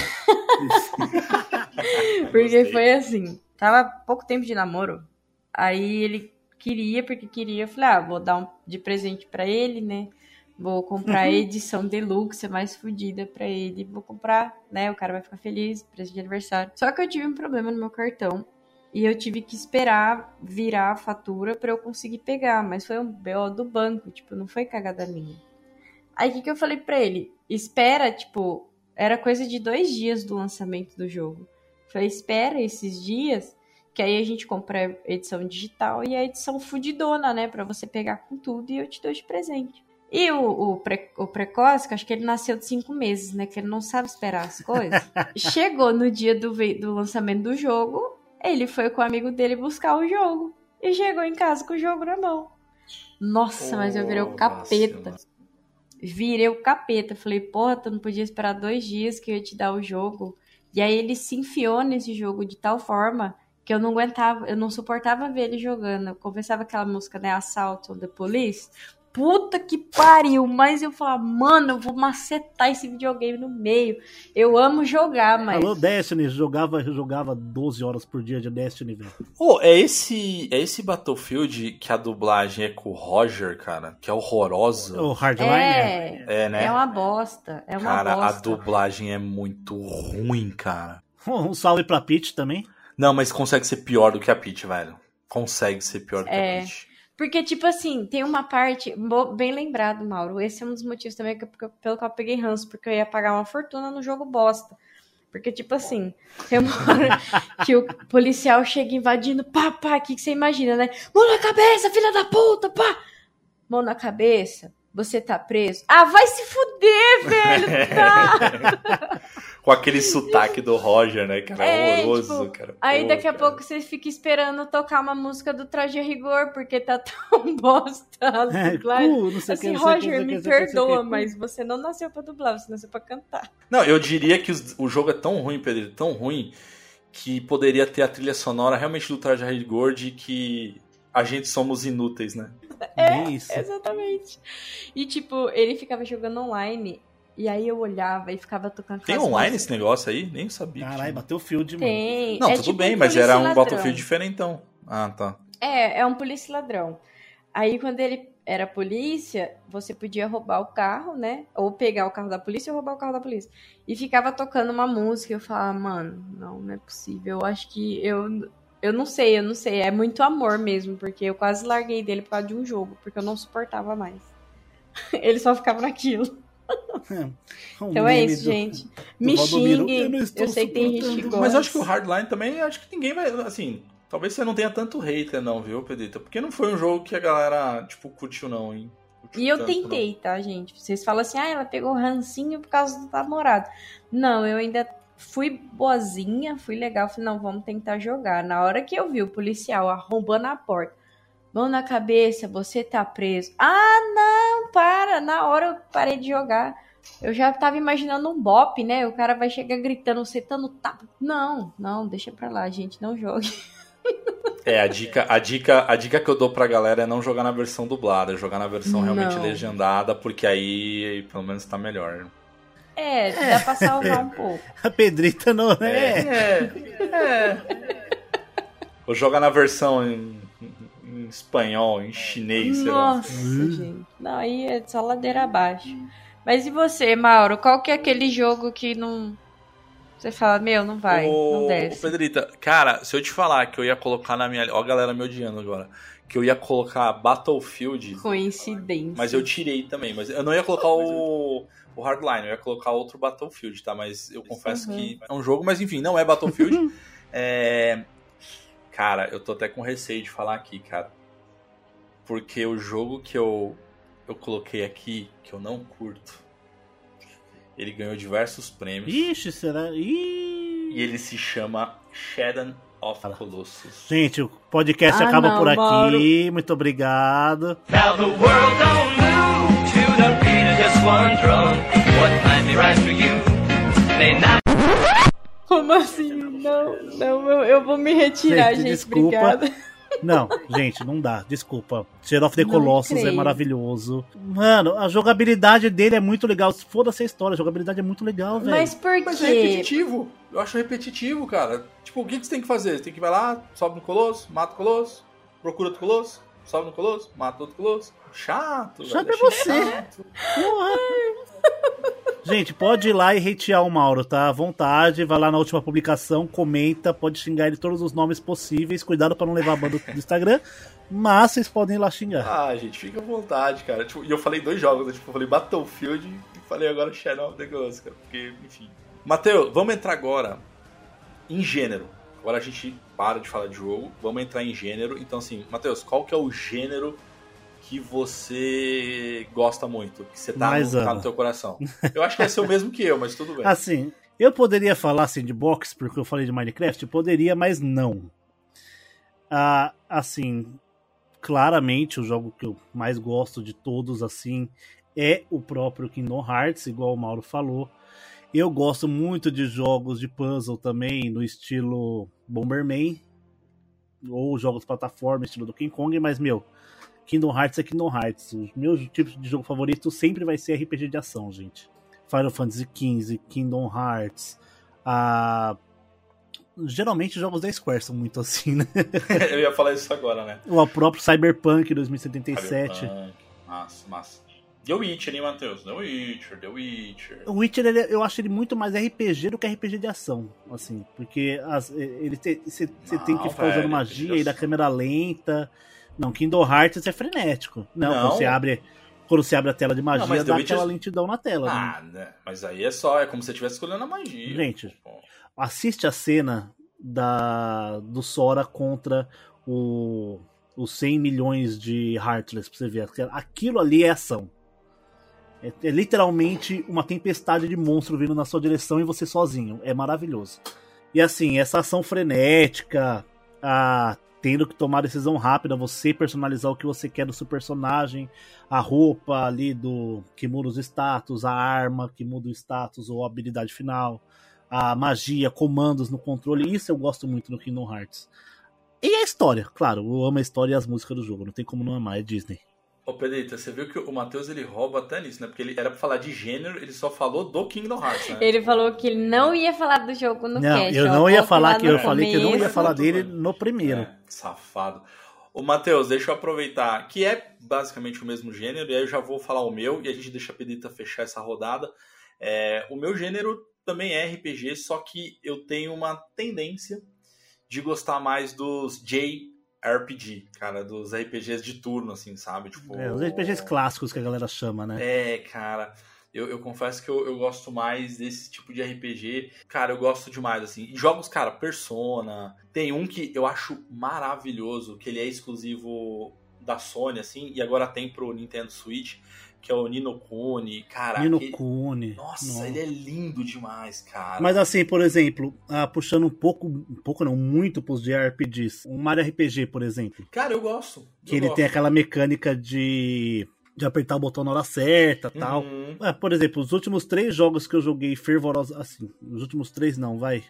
Porque Gostei. foi assim, tava pouco tempo de namoro. Aí ele queria, porque queria, eu falei, ah, vou dar um de presente pra ele, né? Vou comprar a edição deluxe, a mais fodida pra ele. Vou comprar, né? O cara vai ficar feliz, presente de aniversário. Só que eu tive um problema no meu cartão. E eu tive que esperar virar a fatura pra eu conseguir pegar. Mas foi um B O do banco, tipo, não foi cagada minha. Aí o que, que eu falei pra ele? Espera, tipo, era coisa de dois dias do lançamento do jogo. Falei, espera esses dias, que aí a gente compra a edição digital e a edição fudidona, né? Pra você pegar com tudo e eu te dou de presente. E o, o, pre, o precoce, que acho que ele nasceu de cinco meses, né? Que ele não sabe esperar as coisas. Chegou no dia do, do lançamento do jogo, ele foi com o amigo dele buscar o jogo. E chegou em casa com o jogo na mão. Nossa, oh, mas eu virei o capeta. Vacina. Virei o capeta. Falei, porra, tu não podia esperar dois dias que eu ia te dar o jogo. E aí ele se enfiou nesse jogo de tal forma que eu não aguentava, eu não suportava ver ele jogando. Eu conversava aquela música, né? Assault on the Police. Puta que pariu, mas eu falava, mano, eu vou macetar esse videogame no meio. Eu amo jogar, mas... Alô, Destiny, jogava, jogava doze horas por dia de Destiny, velho. Pô, oh, é esse, é esse Battlefield que a dublagem é com o Roger, cara, que é horrorosa. O Hardline? É, é, né? É uma bosta, é uma cara, bosta. Cara, a dublagem é muito ruim, cara. Um salve pra Peach também. Não, mas consegue ser pior do que a Peach, velho. Consegue ser pior do que é. a Peach. Porque, tipo assim, tem uma parte... Bem lembrado, Mauro. Esse é um dos motivos também que, pelo qual eu peguei ranço. Porque eu ia pagar uma fortuna no jogo bosta. Porque, tipo assim... Tem uma hora que o policial chega invadindo... Pá, pá, o que, que você imagina, né? Mão na cabeça, filha da puta, pá! Mão na cabeça, você tá preso. Ah, vai se fuder, velho! Tá! Com aquele sotaque do Roger, né, cara? É, horroroso, tipo, cara. Aí Pô, daqui a cara. pouco você fica esperando tocar uma música do Traje a Rigor, porque tá tão bosta a dublagem. Uh, não sei assim, que, Roger, que, me que, perdoa, que, mas você não nasceu pra dublar, você nasceu pra cantar. Não, eu diria que os, o jogo é tão ruim, Pedro, tão ruim, que poderia ter a trilha sonora realmente do Traje a Rigor de que a gente somos inúteis, né? É, isso. Exatamente. E tipo, ele ficava jogando online... E aí eu olhava e ficava tocando... Tem online músicas. Esse negócio aí? Nem sabia. Caralho, Battlefield, mano. Tem. Não, é tudo tipo bem, um mas era um ladrão. Battlefield diferentão. Ah, tá. É, é um polícia ladrão. Aí quando ele era polícia, você podia roubar o carro, né? Ou pegar o carro da polícia ou roubar o carro da polícia. E ficava tocando uma música e eu falava, mano, não, não é possível. Eu acho que eu... Eu não sei, eu não sei. É muito amor mesmo, porque eu quase larguei dele por causa de um jogo, porque eu não suportava mais. Ele só ficava naquilo. É, um então é isso, do, gente. Do Me Valdomiro. xingue. Eu, eu sei que tem gente que gosta. Mas eu acho que o Hardline também, acho que ninguém vai, assim... Talvez você não tenha tanto hater não, viu, Pedrita? Porque não foi um jogo que a galera, tipo, curtiu não, hein? Curtiu e eu tanto, tentei, não. tá, gente? Vocês falam assim, ah, ela pegou rancinho por causa do namorado. Não, eu ainda fui boazinha, fui legal. Falei, não, vamos tentar jogar. Na hora que eu vi o policial arrombando a porta, mão na cabeça, você tá preso. Ah, não, para. Na hora eu parei de jogar. Eu já tava imaginando um bop, né? O cara vai chegar gritando, setando tapa. Não, não, deixa pra lá, gente, não jogue. É, a dica, a, dica, a dica que eu dou pra galera é não jogar na versão dublada, é jogar na versão realmente Não. legendada, porque aí pelo menos tá melhor. É, dá pra salvar um pouco. A Pedrita não é. É, é. Vou jogar na versão em, em espanhol, em chinês, sei lá. Nossa, gente. Não, aí é só ladeira abaixo. Mas e você, Mauro? Qual que é aquele jogo que não... Você fala, meu, não vai, Ô, não desce. ô, Pedrita, cara, se eu te falar que eu ia colocar na minha... Ó a galera me odiando agora. Que eu ia colocar Battlefield, Coincidência. mas eu tirei também. Mas eu não ia colocar o, o Hardline, eu ia colocar outro Battlefield, tá? Mas eu confesso Uhum. que é um jogo, mas enfim, não é Battlefield. é... Cara, eu tô até com receio de falar aqui, cara. Porque o jogo que eu, eu coloquei aqui, que eu não curto, ele ganhou diversos prêmios. Ixi, será? Ih. E ele se chama Shadow of Colossus. Gente, o podcast Ah, acaba não, por aqui. Mauro. Muito obrigado. Now the world don't move to the beat of just one drum. What might be right for you may not. Como assim? Não, não, eu, eu vou me retirar, Gente, gente. desculpa. Obrigada. Não, gente, não dá. Desculpa. Shadow of the Não Colossus é creio. maravilhoso. Mano, a jogabilidade dele é muito legal. Foda-se a história, a jogabilidade é muito legal, velho. Mas por Mas é quê? repetitivo. Eu acho repetitivo, cara. Tipo, o que, que você tem que fazer? Você tem que ir lá, sobe no Colosso, mata o Colosso, procura outro Colosso, sobe no Colosso, mata outro Colosso. Chato, Chato velho. é você. chato. Porra. Gente, pode ir lá e hatear o Mauro, tá? À vontade, vai lá na última publicação, comenta, pode xingar ele todos os nomes possíveis. Cuidado pra não levar a banda do Instagram, mas vocês podem ir lá xingar. Ah, gente, fica à vontade, cara. Tipo, e eu falei dois jogos, né? Tipo, eu falei Battlefield e falei agora Shadow of the Colossus, cara. Porque, enfim. Matheus, vamos entrar agora em gênero. Agora a gente para de falar de jogo, vamos entrar em gênero. Então, assim, Matheus, qual que é o gênero que você gosta muito? Que você tá, Mais no, tá ama. no teu coração? Eu acho que vai ser o mesmo que eu, mas tudo bem. Assim, eu poderia falar sandbox, porque eu falei de Minecraft, eu poderia, mas não. Ah, assim, claramente o jogo que eu mais gosto de todos, assim, é o próprio Kingdom Hearts, igual o Mauro falou. Eu gosto muito de jogos de puzzle também, no estilo Bomberman, ou jogos de plataforma, estilo do King Kong, mas, meu, Kingdom Hearts é Kingdom Hearts. Os meus tipos de jogo favorito sempre vai ser R P G de ação, gente. Final Fantasy quinze, Kingdom Hearts, a... geralmente jogos da Square são muito assim, né? Eu ia falar isso agora, né? O próprio Cyberpunk dois mil e setenta e sete. Cyberpunk. Massa, massa. The Witcher, hein, Matheus? The Witcher, The Witcher. O Witcher, ele- eu acho ele muito mais R P G do que R P G de ação, assim, porque as- ele você tem que Não, ficar velho, usando R P G magia de e da ação. câmera lenta. Não, Kingdom Hearts é frenético. Não, Não. quando você abre quando você abre a tela de magia, Não, mas The dá Witcher- aquela lentidão na tela. né? Ah, né? Mas aí é só, é como se você estivesse escolhendo a magia. Gente, Pô. Assiste a cena da, do Sora contra o, os cem milhões de Heartless pra você ver. Aquilo ali é ação. É, é literalmente uma tempestade de monstro vindo na sua direção e você sozinho. É maravilhoso. E assim, essa ação frenética, a, tendo que tomar decisão rápida, você personalizar o que você quer do seu personagem, a roupa ali do que muda os status, a arma que muda o status ou a habilidade final, a magia, comandos no controle, isso eu gosto muito no Kingdom Hearts. E a história, claro, eu amo a história e as músicas do jogo, não tem como não amar, é Disney. Ô, Pedrita, você viu que o Matheus ele rouba até nisso, né? Porque ele era pra falar de gênero, ele só falou do Kingdom Hearts, né? Ele falou que ele não ia falar do jogo no Não, cast. eu ó, não ia volta falar lá que no eu falei que eu não ia começo. falar dele no primeiro. É, safado. Ô, Matheus, deixa eu aproveitar, que é basicamente o mesmo gênero, e aí eu já vou falar o meu, e a gente deixa a Pedrita fechar essa rodada. É, o meu gênero também é R P G, só que eu tenho uma tendência de gostar mais dos J R P G, cara, dos R P Gs de turno, assim, sabe? Tipo, É, os R P Gs clássicos que a galera chama, né? É, cara, eu, eu confesso que eu, eu gosto mais desse tipo de R P G. Cara, eu gosto demais, assim. E jogos, cara, Persona. Tem um que eu acho maravilhoso, que ele é exclusivo da Sony, assim, e agora tem pro Nintendo Switch, que é o Ni no Kuni. Cara, Nino aquele- Kuni. Nossa, Nossa. ele é lindo demais, cara. Mas assim, por exemplo, ah, puxando um pouco, um pouco não, muito pros J R P Gs. Um Mario R P G, por exemplo. Cara, eu gosto. Que eu ele gosto. tem aquela mecânica de, de apertar o botão na hora certa e tal. Uhum. Ah, por exemplo, os últimos três jogos que eu joguei fervorosos, assim, os últimos três não, vai.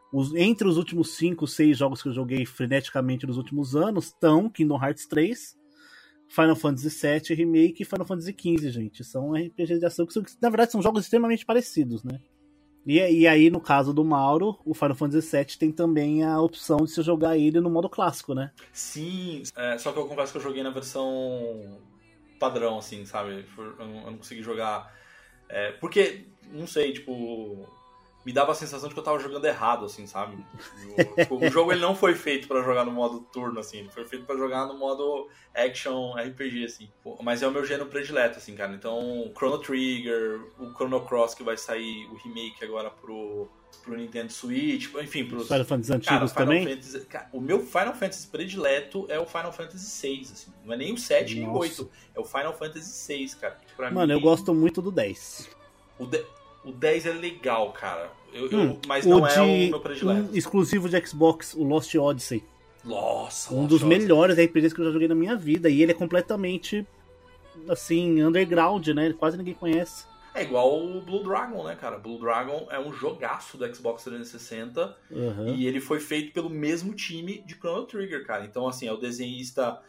os, entre os últimos cinco, seis jogos que eu joguei freneticamente nos últimos anos estão Kingdom Hearts três, Final Fantasy sete Remake e Final Fantasy quinze, gente. São R P Gs de ação que, são, na verdade, são jogos extremamente parecidos, né? E, e aí, no caso do Mauro, o Final Fantasy sete tem também a opção de você jogar ele no modo clássico, né? Sim, é, só que eu confesso que eu joguei na versão padrão, assim, sabe? Eu não, eu não consegui jogar... É, porque, não sei, tipo... Me dava a sensação de que eu tava jogando errado, assim, sabe? O, tipo, o jogo ele não foi feito pra jogar no modo turno, assim. Ele foi feito pra jogar no modo action R P G, assim. Mas é o meu gênero predileto, assim, cara. Então, Chrono Trigger, o Chrono Cross, que vai sair o remake agora pro, pro Nintendo Switch, enfim, pros... Final Fantasy antigos cara, Final também? Fantasy, cara, o meu Final Fantasy predileto é o Final Fantasy seis, assim. Não é nem o sete nem o oito. É o Final Fantasy seis, cara. Pra Mano, mim, eu gosto muito do dez. O de... O dez é legal, cara. Eu, Hum, eu, mas não de, é o meu predileto. Um exclusivo de Xbox, o Lost Odyssey. Nossa, Um Lost dos Odyssey. melhores R P Gs que eu já joguei na minha vida. E ele é completamente, assim, underground, né? Quase ninguém conhece. É igual o Blue Dragon, né, cara? Blue Dragon é um jogaço do Xbox trezentos e sessenta. Uhum. E ele foi feito pelo mesmo time de Chrono Trigger, cara. Então, assim, é o desenhista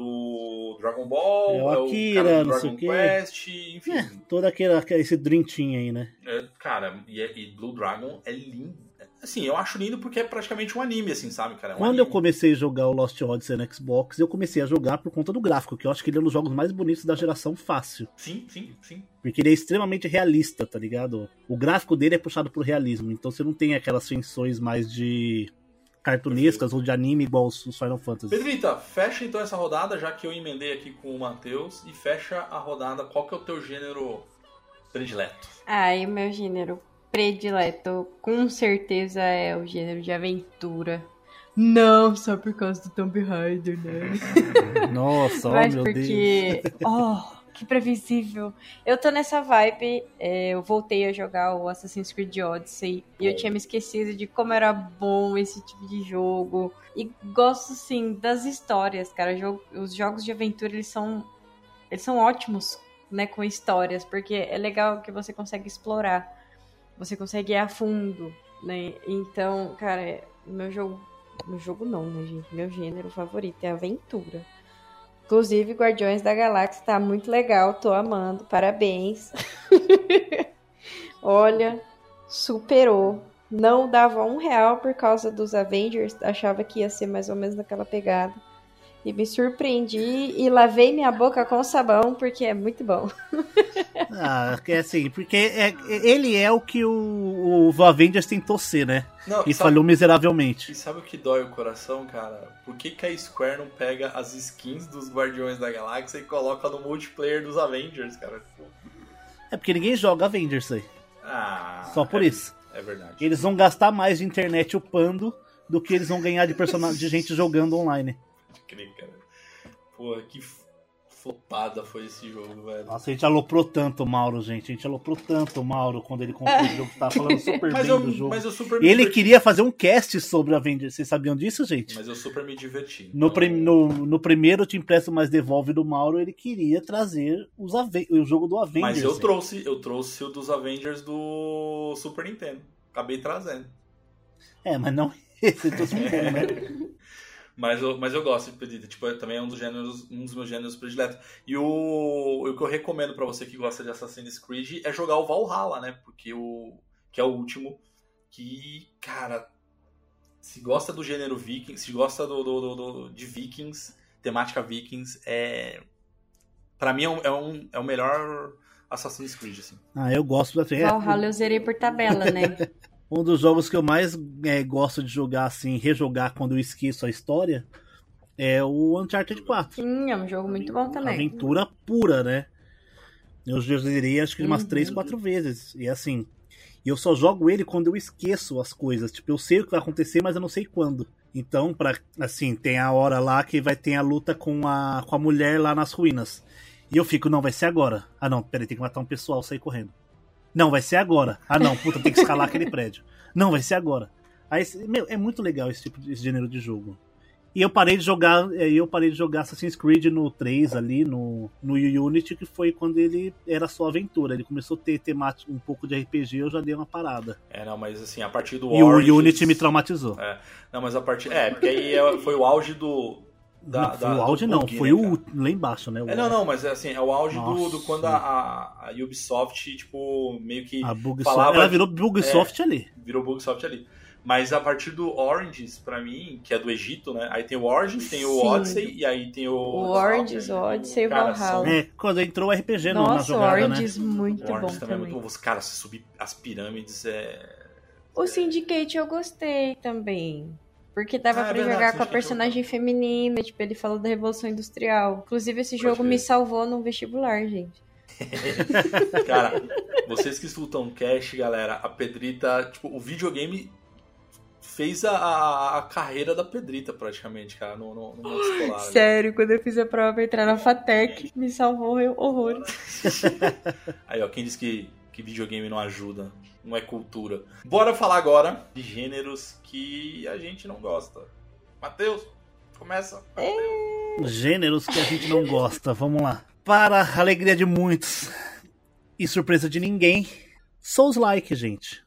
do Dragon Ball, É o é o Akira, cara do não sei Dragon o quê. Quest, enfim. É, todo aquele, aquele- esse Dream Team aí, né? É, cara, e, é- e Blue Dragon é lindo. Assim, eu acho lindo porque é praticamente um anime, assim, sabe, cara? É um Quando eu anime. comecei a jogar o Lost Odyssey no Xbox, eu comecei a jogar por conta do gráfico, que eu acho que ele é um dos jogos mais bonitos da geração fácil. Sim, sim, sim. Porque ele é extremamente realista, tá ligado? O gráfico dele é puxado pro realismo, então você não tem aquelas feições mais de cartunescas ou de anime igual os os Final Fantasy. Pedrita, fecha então essa rodada, já que eu emendei aqui com o Matheus, e fecha a rodada. Qual que é o teu gênero predileto? Ai, o meu gênero predileto com certeza é o gênero de aventura. Não só por causa do Tomb Raider, né? Nossa, oh Mas meu Deus. porque... Oh, que previsível. Eu tô nessa vibe, é, eu voltei a jogar o Assassin's Creed Odyssey e eu tinha me esquecido de como era bom esse tipo de jogo. E gosto, sim, das histórias, cara. Jogo- Os jogos de aventura, eles são, eles são ótimos, né, com histórias, porque é legal que você consegue explorar. Você consegue ir a fundo, né? Então, cara, é- meu jogo... Meu jogo não, né, gente? Meu gênero favorito é aventura. Inclusive, Guardiões da Galáxia tá muito legal, tô amando, parabéns. Olha, superou. Não dava um real por causa dos Avengers, achava que ia ser mais ou menos naquela pegada. E me surpreendi e lavei minha boca com sabão, porque é muito bom. Ah, é assim, porque é, ele é o que o, o Avengers tentou ser, né? Não, E sabe- falhou miseravelmente. E sabe o que dói o coração, cara? Por que, que a Square não pega as skins dos Guardiões da Galáxia e coloca no multiplayer dos Avengers, cara? É porque ninguém joga Avengers aí. Ah, Só por é- isso. É verdade. Eles vão gastar mais de internet upando do que eles vão ganhar de, person... de gente jogando online. Pode crer, cara. Porra, que f- flopada foi esse jogo, velho. Nossa, a gente aloprou tanto o Mauro, gente. A gente aloprou tanto o Mauro quando ele comprou o jogo. Tava falando super Mas bem eu, do jogo. mas eu super me Ele diverti. queria fazer um cast sobre Avengers. Vocês sabiam disso, gente? Mas eu super me diverti. No, Então, prim- no, no primeiro Te Empresto Mais Devolve do Mauro, ele queria trazer os Ave- o jogo do Avengers. Mas eu gente. trouxe, eu trouxe o dos Avengers do Super Nintendo. Acabei trazendo. É, mas não esse, eu tô explicando, né? Mas eu, mas eu gosto de Pedrita. Tipo, também é um dos gêneros, um dos meus gêneros prediletos. E o, o que eu recomendo pra você que gosta de Assassin's Creed é jogar o Valhalla, né? Porque o que é o último que, cara, se gosta do gênero Vikings, se gosta do, do, do- do- de Vikings, temática Vikings, é para mim é, um, é, um, é o melhor Assassin's Creed, assim. Ah, eu gosto da é, Valhalla eu zerei por tabela, né? Um dos jogos que eu mais é, gosto de jogar, assim, rejogar quando eu esqueço a história, é o Uncharted quatro. Sim, é um jogo muito bom também. Aventura pura, né? Eu já zerei acho que umas Uhum. três, quatro vezes. E assim, eu só jogo ele quando eu esqueço as coisas. Tipo, eu sei o que vai acontecer, mas eu não sei quando. Então, pra, assim, tem a hora lá que vai ter a luta com a, com a mulher lá nas ruínas. E eu fico, não, vai ser agora. Ah não, peraí, tem que matar um pessoal, sair correndo. Não, vai ser agora. Ah não, puta, tem que escalar aquele prédio. Não, vai ser agora. Aí, meu, é muito legal esse tipo de esse gênero de jogo. E eu parei de jogar, e eu parei de jogar Assassin's Creed no três ali, no, no Unity, que foi quando ele era só aventura. Ele começou a ter temática um pouco de R P G, eu já dei uma parada. É, não, mas assim, a partir do E Origins, o Unity me traumatizou. É, não, mas a partir... É, porque aí é- foi o auge do... Da, não, foi da- o auge do não, bug, foi né, o cara? lá embaixo, né? O, É, não, não, mas assim, é o auge do, Nossa. do quando a, a, a Ubisoft, tipo, meio que A Bugsoft, falava... ela virou Bugsoft ali. Virou Bugsoft ali. Mas a partir do Origins, pra mim, que é do Egito, né? Aí tem o Origins, tem o Sim. Odyssey e aí tem o... O Origins, o Odyssey e o Cara, Valhalla. são- É, quando entrou o R P G no- na Nossa, o jogada, né? Origins muito O bom Origins também é também. muito bom. Cara, você subir as pirâmides é... O Syndicate eu gostei também. Porque dava Ah, é pra verdade, jogar com a Syndicate personagem feminina, tipo, ele falou da Revolução Industrial. Inclusive, esse Pode jogo crer. me salvou no vestibular, gente. Cara, vocês que escutam o cast, galera, a Pedrita... Tipo, o videogame fez a, a, a carreira da Pedrita, praticamente, cara, no, no, no mundo escolar. né? Sério, quando eu fiz a prova pra entrar na FATEC, me salvou horrores. Aí, ó, quem diz que, que videogame não ajuda, não é cultura. Bora falar agora de gêneros que a gente não gosta. Matheus, começa. Gêneros que a gente não gosta, vamos lá. Para a alegria de muitos e surpresa de ninguém, Souls-like, gente.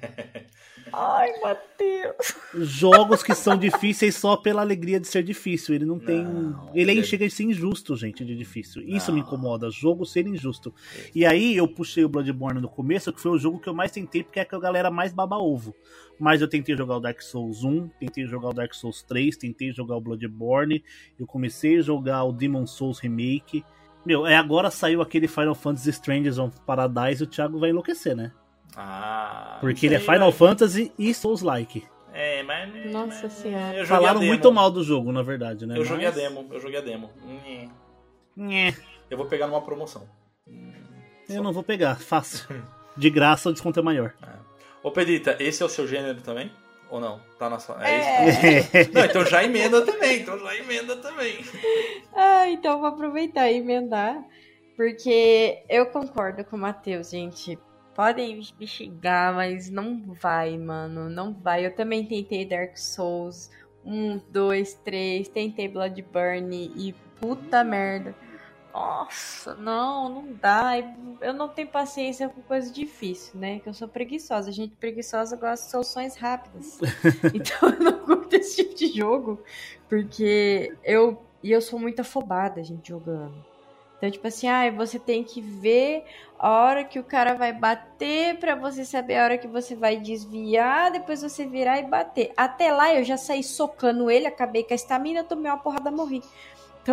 Ai, Matheus. Jogos que são difíceis só pela alegria de ser difícil. Ele não tem. Não, ele ele é- chega a ser injusto, gente, de difícil. Isso Não. me incomoda, jogo ser injusto. E aí eu puxei o Bloodborne no começo, que foi o jogo que eu mais tentei, porque é que a galera mais baba ovo. Mas eu tentei jogar o Dark Souls um, tentei jogar o Dark Souls três, tentei jogar o Bloodborne, eu comecei a jogar o Demon Souls Remake. Meu, é agora saiu aquele Final Fantasy Strangers of Paradise, o Thiago vai enlouquecer, né? Ah, Porque não ele é sei, Final velho. Fantasy e Souls-like. É, mas... Nossa mas- Senhora. Eu joguei Falaram a demo. muito mal do jogo, na verdade, né? Eu joguei a Mas- demo, eu joguei a demo. Nhê. Nhé, Eu vou pegar numa promoção. eu não vou pegar, fácil. De graça o desconto é maior. Ô, Pedrita, esse é o seu gênero também? Ou não? Tá na sua... É, É. isso? Não, então já emenda também, então já emenda também. Ah, então vou aproveitar e emendar. Porque eu concordo com o Matheus, gente. Podem me xingar, mas não vai, mano. Não vai. Eu também tentei Dark Souls um, dois, três. Tentei Bloodborne e puta merda. Nossa, não, não dá. Eu não tenho paciência com coisa difícil, né? Que eu sou preguiçosa. Gente preguiçosa gosta de soluções rápidas. Então eu não curto esse tipo de jogo. Porque eu... E eu sou muito afobada, gente, jogando. Então, tipo assim, ah, você tem que ver a hora que o cara vai bater pra você saber a hora que você vai desviar, depois você virar e bater. Até lá eu já saí socando ele, acabei com a estamina, tomei uma porrada, morri. Então,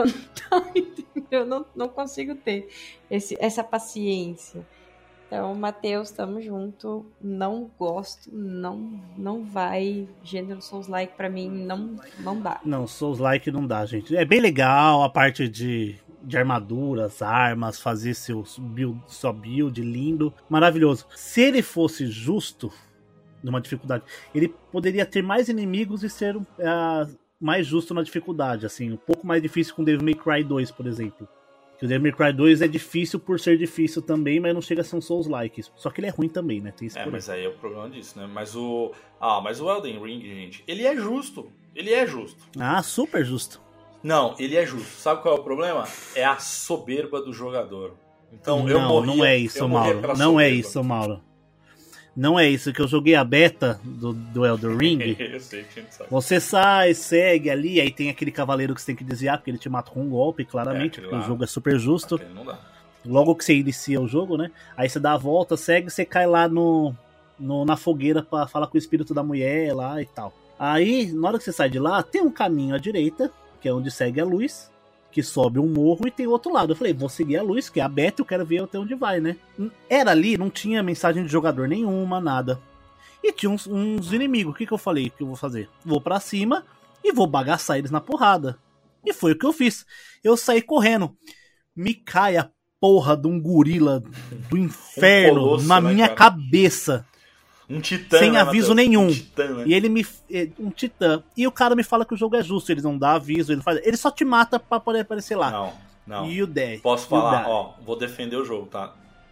eu não, não consigo ter esse, essa paciência. Então, Matheus, tamo junto. Não gosto, não, não vai. Gênero Souls-like pra mim não, não dá. Não, Souls-like não dá, gente. É bem legal a parte de, de armaduras, armas, fazer seus build, sua build lindo, maravilhoso. Se ele fosse justo, numa dificuldade, ele poderia ter mais inimigos e ser uh, mais justo na dificuldade, assim, um pouco mais difícil com Devil May Cry dois, por exemplo. Que o Devil May Cry dois é difícil por ser difícil também, mas não chega a ser um Souls-like. Só que ele é ruim também, né? Tem esse É, porém. mas aí é o problema disso, né? Mas o... Ah, mas o Elden Ring, gente, ele é justo. Ele é justo. Ah, super justo. Não, ele é justo. Sabe qual é o problema? É a soberba do jogador. Então, eu não, morria, não é isso, eu morria Mauro. pela Não é soberba. isso, Mauro. Não é isso, que eu joguei a beta do, do Elden Ring. Eu sei que a gente sabe. Você sai, segue ali, aí tem aquele cavaleiro que você tem que desviar, porque ele te mata com um golpe, claramente, É, aquele porque lá. o jogo é super justo. Aquele não dá. Logo que você inicia o jogo, né? Aí você dá a volta, segue, você cai lá no, no, na fogueira pra falar com o espírito da mulher lá e tal. Aí, na hora que você sai de lá, tem um caminho à direita, que é onde segue a luz, que sobe um morro, e tem outro lado. Eu falei, vou seguir a luz, que é a beta, eu quero ver até onde vai, né? Era ali, não tinha mensagem de jogador nenhuma, nada. E tinha uns, uns inimigos. O que, que eu falei que eu vou fazer? Vou pra cima e vou bagaçar eles na porrada. E foi o que eu fiz. Eu saí correndo. Me cai a porra de um gorila do inferno colosso, na né, minha cara? cabeça. Um titã, Sem né, aviso Matheus? nenhum. Um titã, né? E ele me... Um titã. E o cara me fala que o jogo é justo. Ele não dá aviso, ele não faz... Ele só te mata pra poder aparecer lá. Não, não. You die. Posso You falar? die. Ó, vou defender o jogo, tá?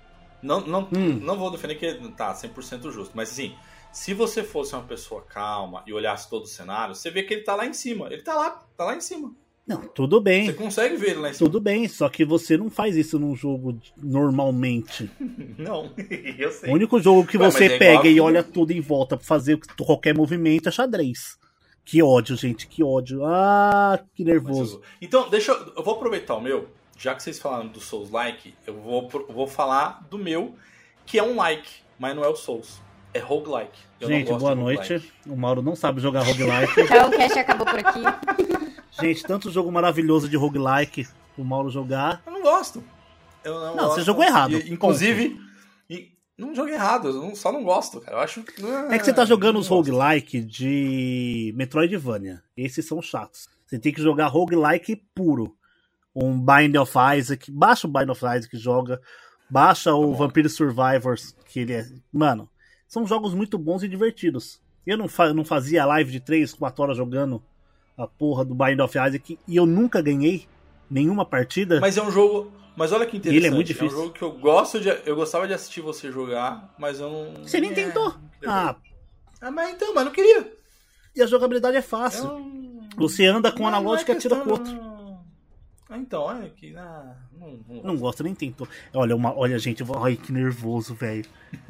Não, não, Hum. não vou defender que tá cem por cento justo, mas assim, se você fosse uma pessoa calma e olhasse todo o cenário, você vê que ele tá lá em cima. Ele tá lá, tá lá em cima. Não, tudo bem. Você consegue ver ele lá em cima. Tudo bem, só que você não faz isso num jogo normalmente. Não, eu sei. O único jogo que Ué, você mas é pega igual e a- olha tudo em volta pra fazer qualquer movimento é xadrez. Que ódio, gente, que ódio. Ah, que Mas nervoso. eu- Então, deixa eu. Eu vou aproveitar o meu. Já que vocês falaram do Souls Like, eu vou, pro- eu vou falar do meu, que é um like, mas não é o Souls. É roguelike. Eu não Gente, gosto boa de noite. roguelike. O Mauro não sabe jogar roguelike. Então o cast acabou por aqui. Gente, tanto jogo maravilhoso de roguelike o Mauro jogar. Eu não gosto. Eu não, Não, gosto. você jogou errado. E, inclusive, e, não joguei errado, eu não- só não gosto, cara. Eu acho. É que você tá jogando os não gosto. roguelike de Metroidvania. Esses são chatos. Você tem que jogar roguelike puro. Um Bind of Isaac. Baixa o Bind of Isaac, joga. Baixa o bom. Vampire Survivors, que ele é... Mano, são jogos muito bons e divertidos. Eu não, fa- não fazia live de três, quatro horas jogando a porra do Bind of Isaac e eu nunca ganhei nenhuma partida. Mas é um jogo. Mas olha que interessante. Ele é muito difícil. um jogo que eu gosto de. Eu gostava de assistir você jogar, mas eu não. Você nem É, tentou. não queria Ah, jogar. Ah, mas então, mas não queria. e a jogabilidade é fácil. Eu- Você anda com Não, analógico não e é atira com o questão, outro. não. Ah, então, é que. Ah, não, não, Não gosto, nem tentou. Olha, uma, olha, gente, eu vou- ai, que nervoso, velho.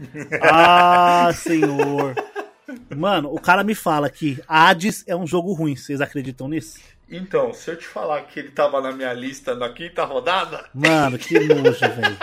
Ah, senhor. Mano, o cara me fala que Hades é um jogo ruim. Vocês acreditam nisso? Então, se eu te falar que ele tava na minha lista na quinta rodada. Mano, que nojo, velho.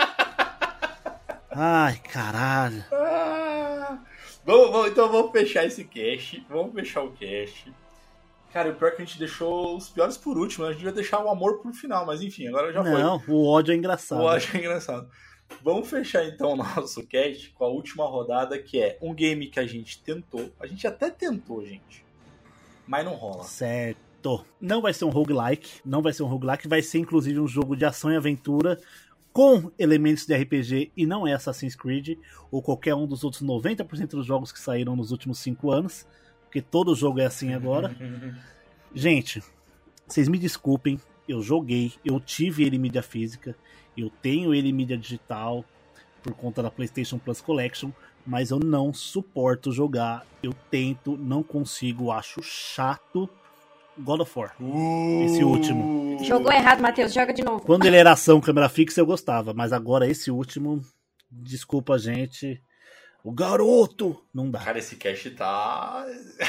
Ai, caralho. Ah, vamos, vamos- então vamos fechar esse cast. Vamos fechar o cast. Cara, o pior é que a gente deixou os piores por último. A gente devia deixar o amor por final, mas enfim, agora já foi. Não, o ódio é engraçado. Eu acho engraçado. Vamos fechar então o nosso cast com a última rodada, que é um game que a gente tentou. A gente até tentou, gente. Mas não rola. Certo. Não vai ser um roguelike. Não vai ser um roguelike. Vai ser inclusive um jogo de ação e aventura com elementos de R P G e não é Assassin's Creed ou qualquer um dos outros noventa por cento dos jogos que saíram nos últimos cinco anos. Porque todo jogo é assim agora. Gente, vocês me desculpem. Eu joguei, eu tive ele em mídia física. Eu tenho ele em mídia digital por conta da PlayStation Plus Collection, mas eu não suporto jogar. Eu tento, não consigo, acho chato. God of War. Esse último. Jogou errado, Matheus. Joga de novo. Quando ele era ação, câmera fixa, eu gostava, mas agora esse último, desculpa, gente. O garoto! Não dá. Cara, esse cast tá.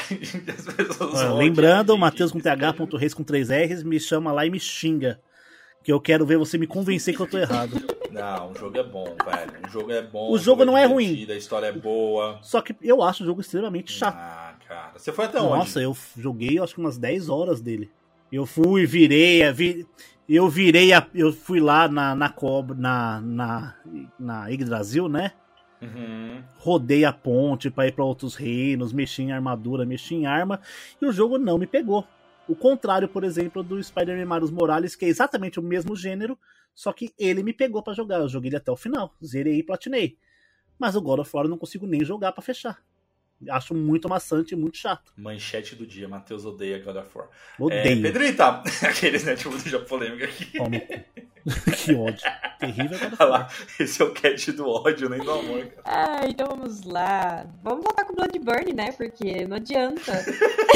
As pessoas Olha, vão lembrando, odiar, Matheus com gente. th.reis com três R's, me chama lá e me xinga. Que eu quero ver você me convencer que eu tô errado. Não, o jogo é bom, velho. O jogo é bom. O jogo não é ruim. divertido, A história é boa. Só que eu acho o jogo extremamente chato. Ah, cara. Você foi até onde? Nossa, eu joguei acho que umas dez horas dele. Eu fui, virei, a vi- eu virei, a... eu fui lá na, na cobra, na, na, na Yggdrasil, né? Uhum. Rodei a ponte pra ir pra outros reinos, mexi em armadura, mexi em arma, e o jogo não me pegou. O contrário, por exemplo, do Spider-Man Miles Morales, que é exatamente o mesmo gênero, só que ele me pegou pra jogar. Eu joguei ele até o final, zerei e platinei. Mas o God of War eu não consigo nem jogar pra fechar. Acho muito maçante e muito chato. Manchete do dia, Matheus odeia God of War. Odeio. É, Pedrita, aqueles, né, tipo, já polêmica aqui. Pau no cu. Que ódio. Terrível God of Olha War. lá, esse é o cat do ódio, nem do amor, cara. Ah, então vamos lá. Vamos voltar com Bloodborne, né? Porque não adianta.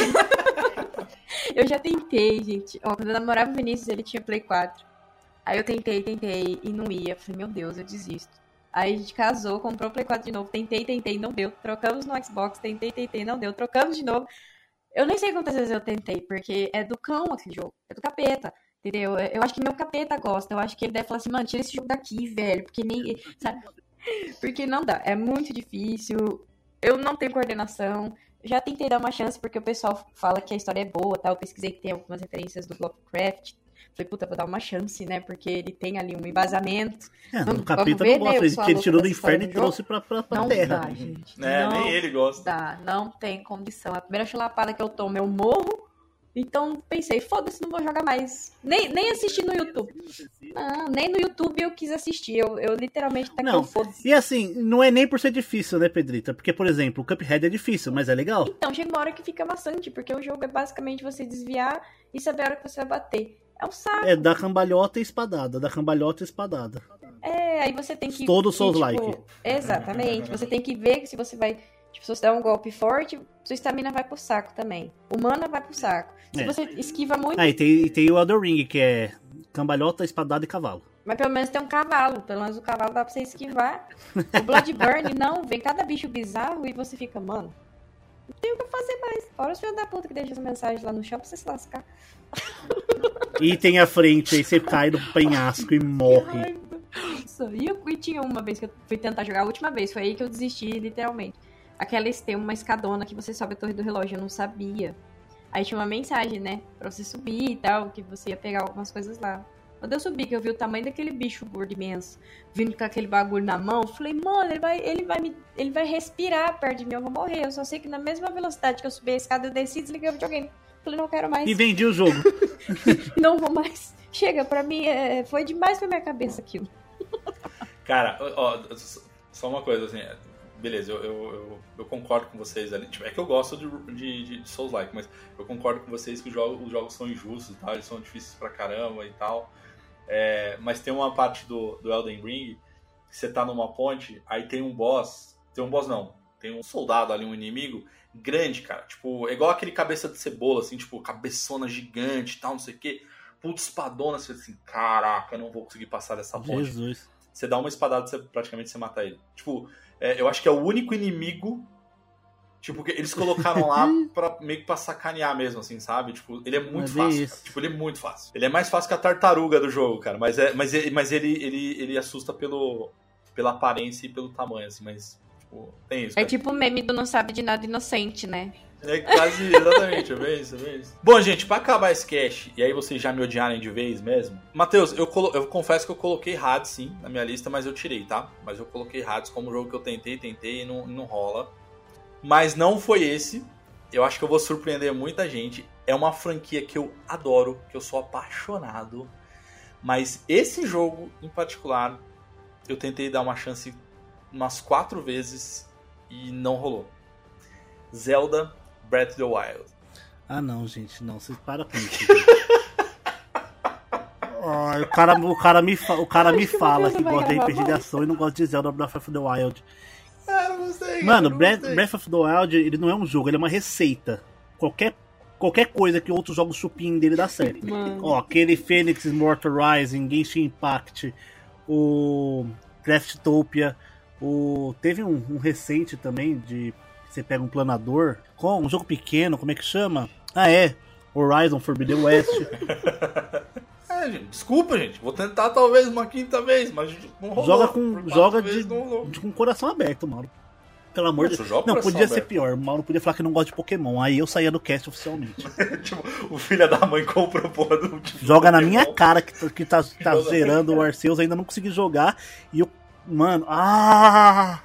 Eu já tentei, gente. Ó, quando eu namorava o Vinícius, ele tinha Play quatro. Aí eu tentei, tentei e não ia. Falei, meu Deus, eu desisto. Aí a gente casou, comprou o Play quatro de novo. Tentei, tentei, não deu. Trocamos no Xbox, tentei, tentei, não deu. Trocamos de novo. Eu nem sei quantas vezes eu tentei, porque é do cão aquele jogo. É do capeta. Entendeu? Eu acho que meu capeta gosta. Eu acho que ele deve falar assim, mano, tira esse jogo daqui, velho. Porque nem. Sabe? Porque não dá. É muito difícil. Eu não tenho coordenação. Já tentei dar uma chance, porque o pessoal fala que a história é boa, tá? Eu pesquisei que tem algumas referências do Lovecraft. Falei, puta, vou dar uma chance, né? Porque ele tem ali um embasamento. É, Vamos- o capeta vamos ver, não gosta. né? Eu Ele, sou a ele louca tirou do dessa história inferno e do jogo. trouxe pra, pra, pra Não terra. dá, gente. É, não nem ele gosta. dá, não tem condição. A primeira chulapada que eu tomo, eu morro. Então pensei, foda-se, não vou jogar mais. Nem, nem assisti no YouTube. Ah, nem no YouTube eu quis assistir. Eu, eu literalmente tá aqui, Não. eu foda-se. E assim, não é nem por ser difícil, né, Pedrita? Porque, por exemplo, o Cuphead é difícil, mas é legal. Então chega uma hora que fica maçante, porque o jogo é basicamente você desviar e saber a hora que você vai bater. É um saco. É da cambalhota e espadada, da cambalhota e espadada. É, aí você tem que... Todo que, Souls-like. tipo, exatamente. Você tem que ver que se você vai... Tipo, se você der um golpe forte, sua estamina vai pro saco também. O mana vai pro saco. Se É. você esquiva muito... Ah, e tem, e tem o Elden Ring, que é cambalhota, espadada e cavalo. Mas pelo menos tem um cavalo. Pelo menos o cavalo dá pra você esquivar. O Bloodburn, não. Vem cada bicho bizarro e você fica, mano... Não tem o que fazer mais. Fora os filhos da puta que deixam essa mensagem lá no chão pra você se lascar. E tem a frente, aí você cai no penhasco e morre. Nossa, e eu e tinha uma vez que eu fui tentar jogar, a última vez, foi aí que eu desisti, literalmente. Aquela tem uma escadona que você sobe a torre do relógio, eu não sabia. Aí tinha uma mensagem, né, pra você subir e tal, que você ia pegar algumas coisas lá. Quando eu subi, que eu vi o tamanho daquele bicho gordo imenso, vindo com aquele bagulho na mão, eu falei, mano, ele vai, ele, vai me, ele vai respirar perto de mim, eu vou morrer. Eu só sei que na mesma velocidade que eu subi a escada, eu desci e desliguei o videogame. Falei, não quero mais. E vendi o jogo. Não vou mais. Chega, pra mim, é, foi demais pra minha cabeça aquilo. Cara, ó, só uma coisa, assim, beleza, eu, eu, eu, eu concordo com vocês ali, tipo, é que eu gosto de, de, de Souls-like, mas eu concordo com vocês que os jogos, os jogos são injustos, tá? Eles são difíceis pra caramba e tal, é, mas tem uma parte do, do Elden Ring, que você tá numa ponte, aí tem um boss, tem um boss não, tem um soldado ali, um inimigo grande, cara, tipo, é igual aquele cabeça de cebola, assim, tipo, cabeçona gigante e tal, não sei o que, puta espadona, você assim, caraca, eu não vou conseguir passar dessa ponte. Jesus. Você dá uma espadada, você, praticamente você mata ele. Tipo, é, eu acho que é o único inimigo, tipo, que eles colocaram lá pra, meio que pra sacanear mesmo, assim, sabe? Tipo, ele é muito Mas fácil, é cara. Tipo, ele é muito fácil. Ele é mais fácil que a tartaruga do jogo, cara. Mas, é, mas, ele, mas ele, ele, ele assusta pelo, pela aparência e pelo tamanho, assim, mas, tipo, tem isso. É Cara. tipo o meme do não sabe de nada inocente, né? É quase, exatamente, é bem isso, é bem isso. Bom, gente, pra acabar esse cast, e aí vocês já me odiarem de vez mesmo, Matheus, eu, colo- eu confesso que eu coloquei Hades, sim, na minha lista, mas eu tirei, tá? Mas eu coloquei Hades como um jogo que eu tentei, tentei e não, não rola. Mas não foi esse, eu acho que eu vou surpreender muita gente. É uma franquia que eu adoro, que eu sou apaixonado, mas esse jogo em particular, eu tentei dar uma chance umas quatro vezes e não rolou. Zelda Breath of the Wild. Ah, não, gente, não, vocês param com isso. Ai, o, cara, o cara me, fa- o cara me fala que gosta de R P G de ação e não gosta de Zelda Breath of the Wild. Ah, não sei. Mano, Breath, Breath of the Wild, ele não é um jogo, ele é uma receita. Qualquer, qualquer coisa que outros jogos chupinhos dele dá certo. Mano. Ó, aquele Phoenix Immortal Rising, Genshin Impact, o Craftopia, o... teve um, um recente também de... Você pega um planador, com um jogo pequeno, como é que chama? Ah, é, Horizon Forbidden West. É, gente, desculpa, gente. Vou tentar talvez uma quinta vez, mas não rolou. Joga Por com, quatro joga vezes de, não rolou. de com o coração aberto, Mauro. Pelo amor de Nossa, Deus. joga Não, coração podia ser aberto. pior. O Mauro podia falar que não gosta de Pokémon. Aí eu saía do cast oficialmente. Tipo, o filho da mãe comprou a porra do... Tipo, Joga na Pokémon. minha cara que, tá- que tá, tá Joga na zerando minha o Arceus, ainda não consegui jogar. E eu. Mano. Ah!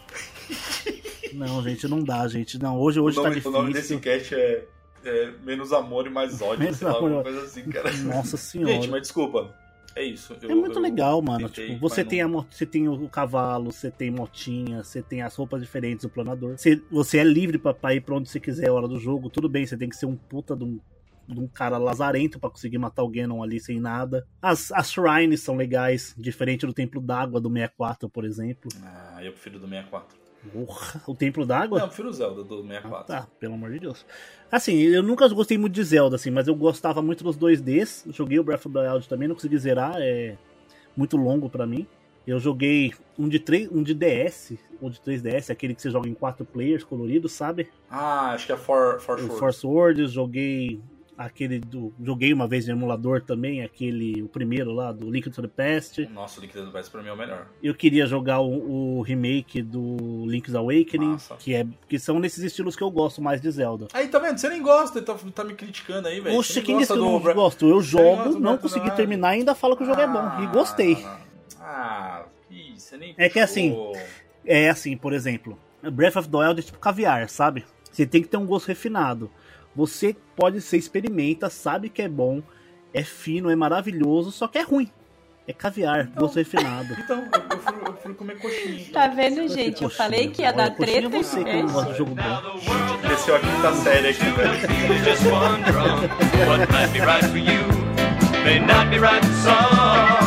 Não, gente, não dá, gente. Não, hoje, hoje o nome, tá o nome desse difícil. cast é, é Menos Amor e Mais Ódio, Menos sei lá, Amor e alguma Ódio. coisa assim, cara. Nossa senhora. Gente, mas desculpa. É isso. Eu- É muito eu legal, mano. tentei, Tipo, você mas tem, não- a, mo- você tem o cavalo, você tem motinha, você tem as roupas diferentes do planador. Você, você é livre pra, pra ir pra onde você quiser a hora do jogo. Tudo bem, você tem que ser um puta de um, de um cara lazarento pra conseguir matar o Ganon ali sem nada. As, as shrines são legais, diferente do Templo d'Água do sessenta e quatro, por exemplo. Ah, eu prefiro do sessenta e quatro. Porra, o Templo d'Água? Não, eu prefiro o Zelda do sessenta e Ah, quatro. tá, pelo amor de Deus. Assim, eu nunca gostei muito de Zelda, assim, mas eu gostava muito dos dois Ds. Joguei o Breath of the Wild também, não consegui zerar, é muito longo pra mim. Eu joguei um de, três, um de D S, ou de três D S, aquele que você joga em quatro players, colorido, sabe? Ah, acho que é For, for O Sure. Force Words, joguei aquele do... Joguei uma vez no emulador também, aquele, o primeiro lá, do Link to the Past. Nossa, o Liquid do Past pra mim é o melhor. Eu queria jogar o, o remake do Link's Awakening, Massa. que, é, que são nesses estilos que eu gosto mais de Zelda. Aí, tá vendo? Você nem gosta, tá, tá me criticando aí, velho. Oxe, Você nem quem disse que eu gosta não do Bre- gosto? Eu Você nem gosta jogo, do não Breath of the consegui Wild? terminar e ainda falo que o jogo é bom. E gostei. Ah, ih, você nem É que assim, puxou. É assim, por exemplo, Breath of the Wild é tipo caviar, sabe? Você tem que ter um gosto refinado. Você pode ser, experimenta, sabe que é bom, é fino, é maravilhoso, só que é ruim. É caviar, gosto refinado. Então, eu, eu, fui, eu fui comer coxinha. então. Tá vendo, gente? Eu falei que ia dar Olha, coxinha treta. é você que não gosta de jogo Now bom. the world Desceu a quinta série aqui, velho. is just one drum. What might be right for you may not be right for some.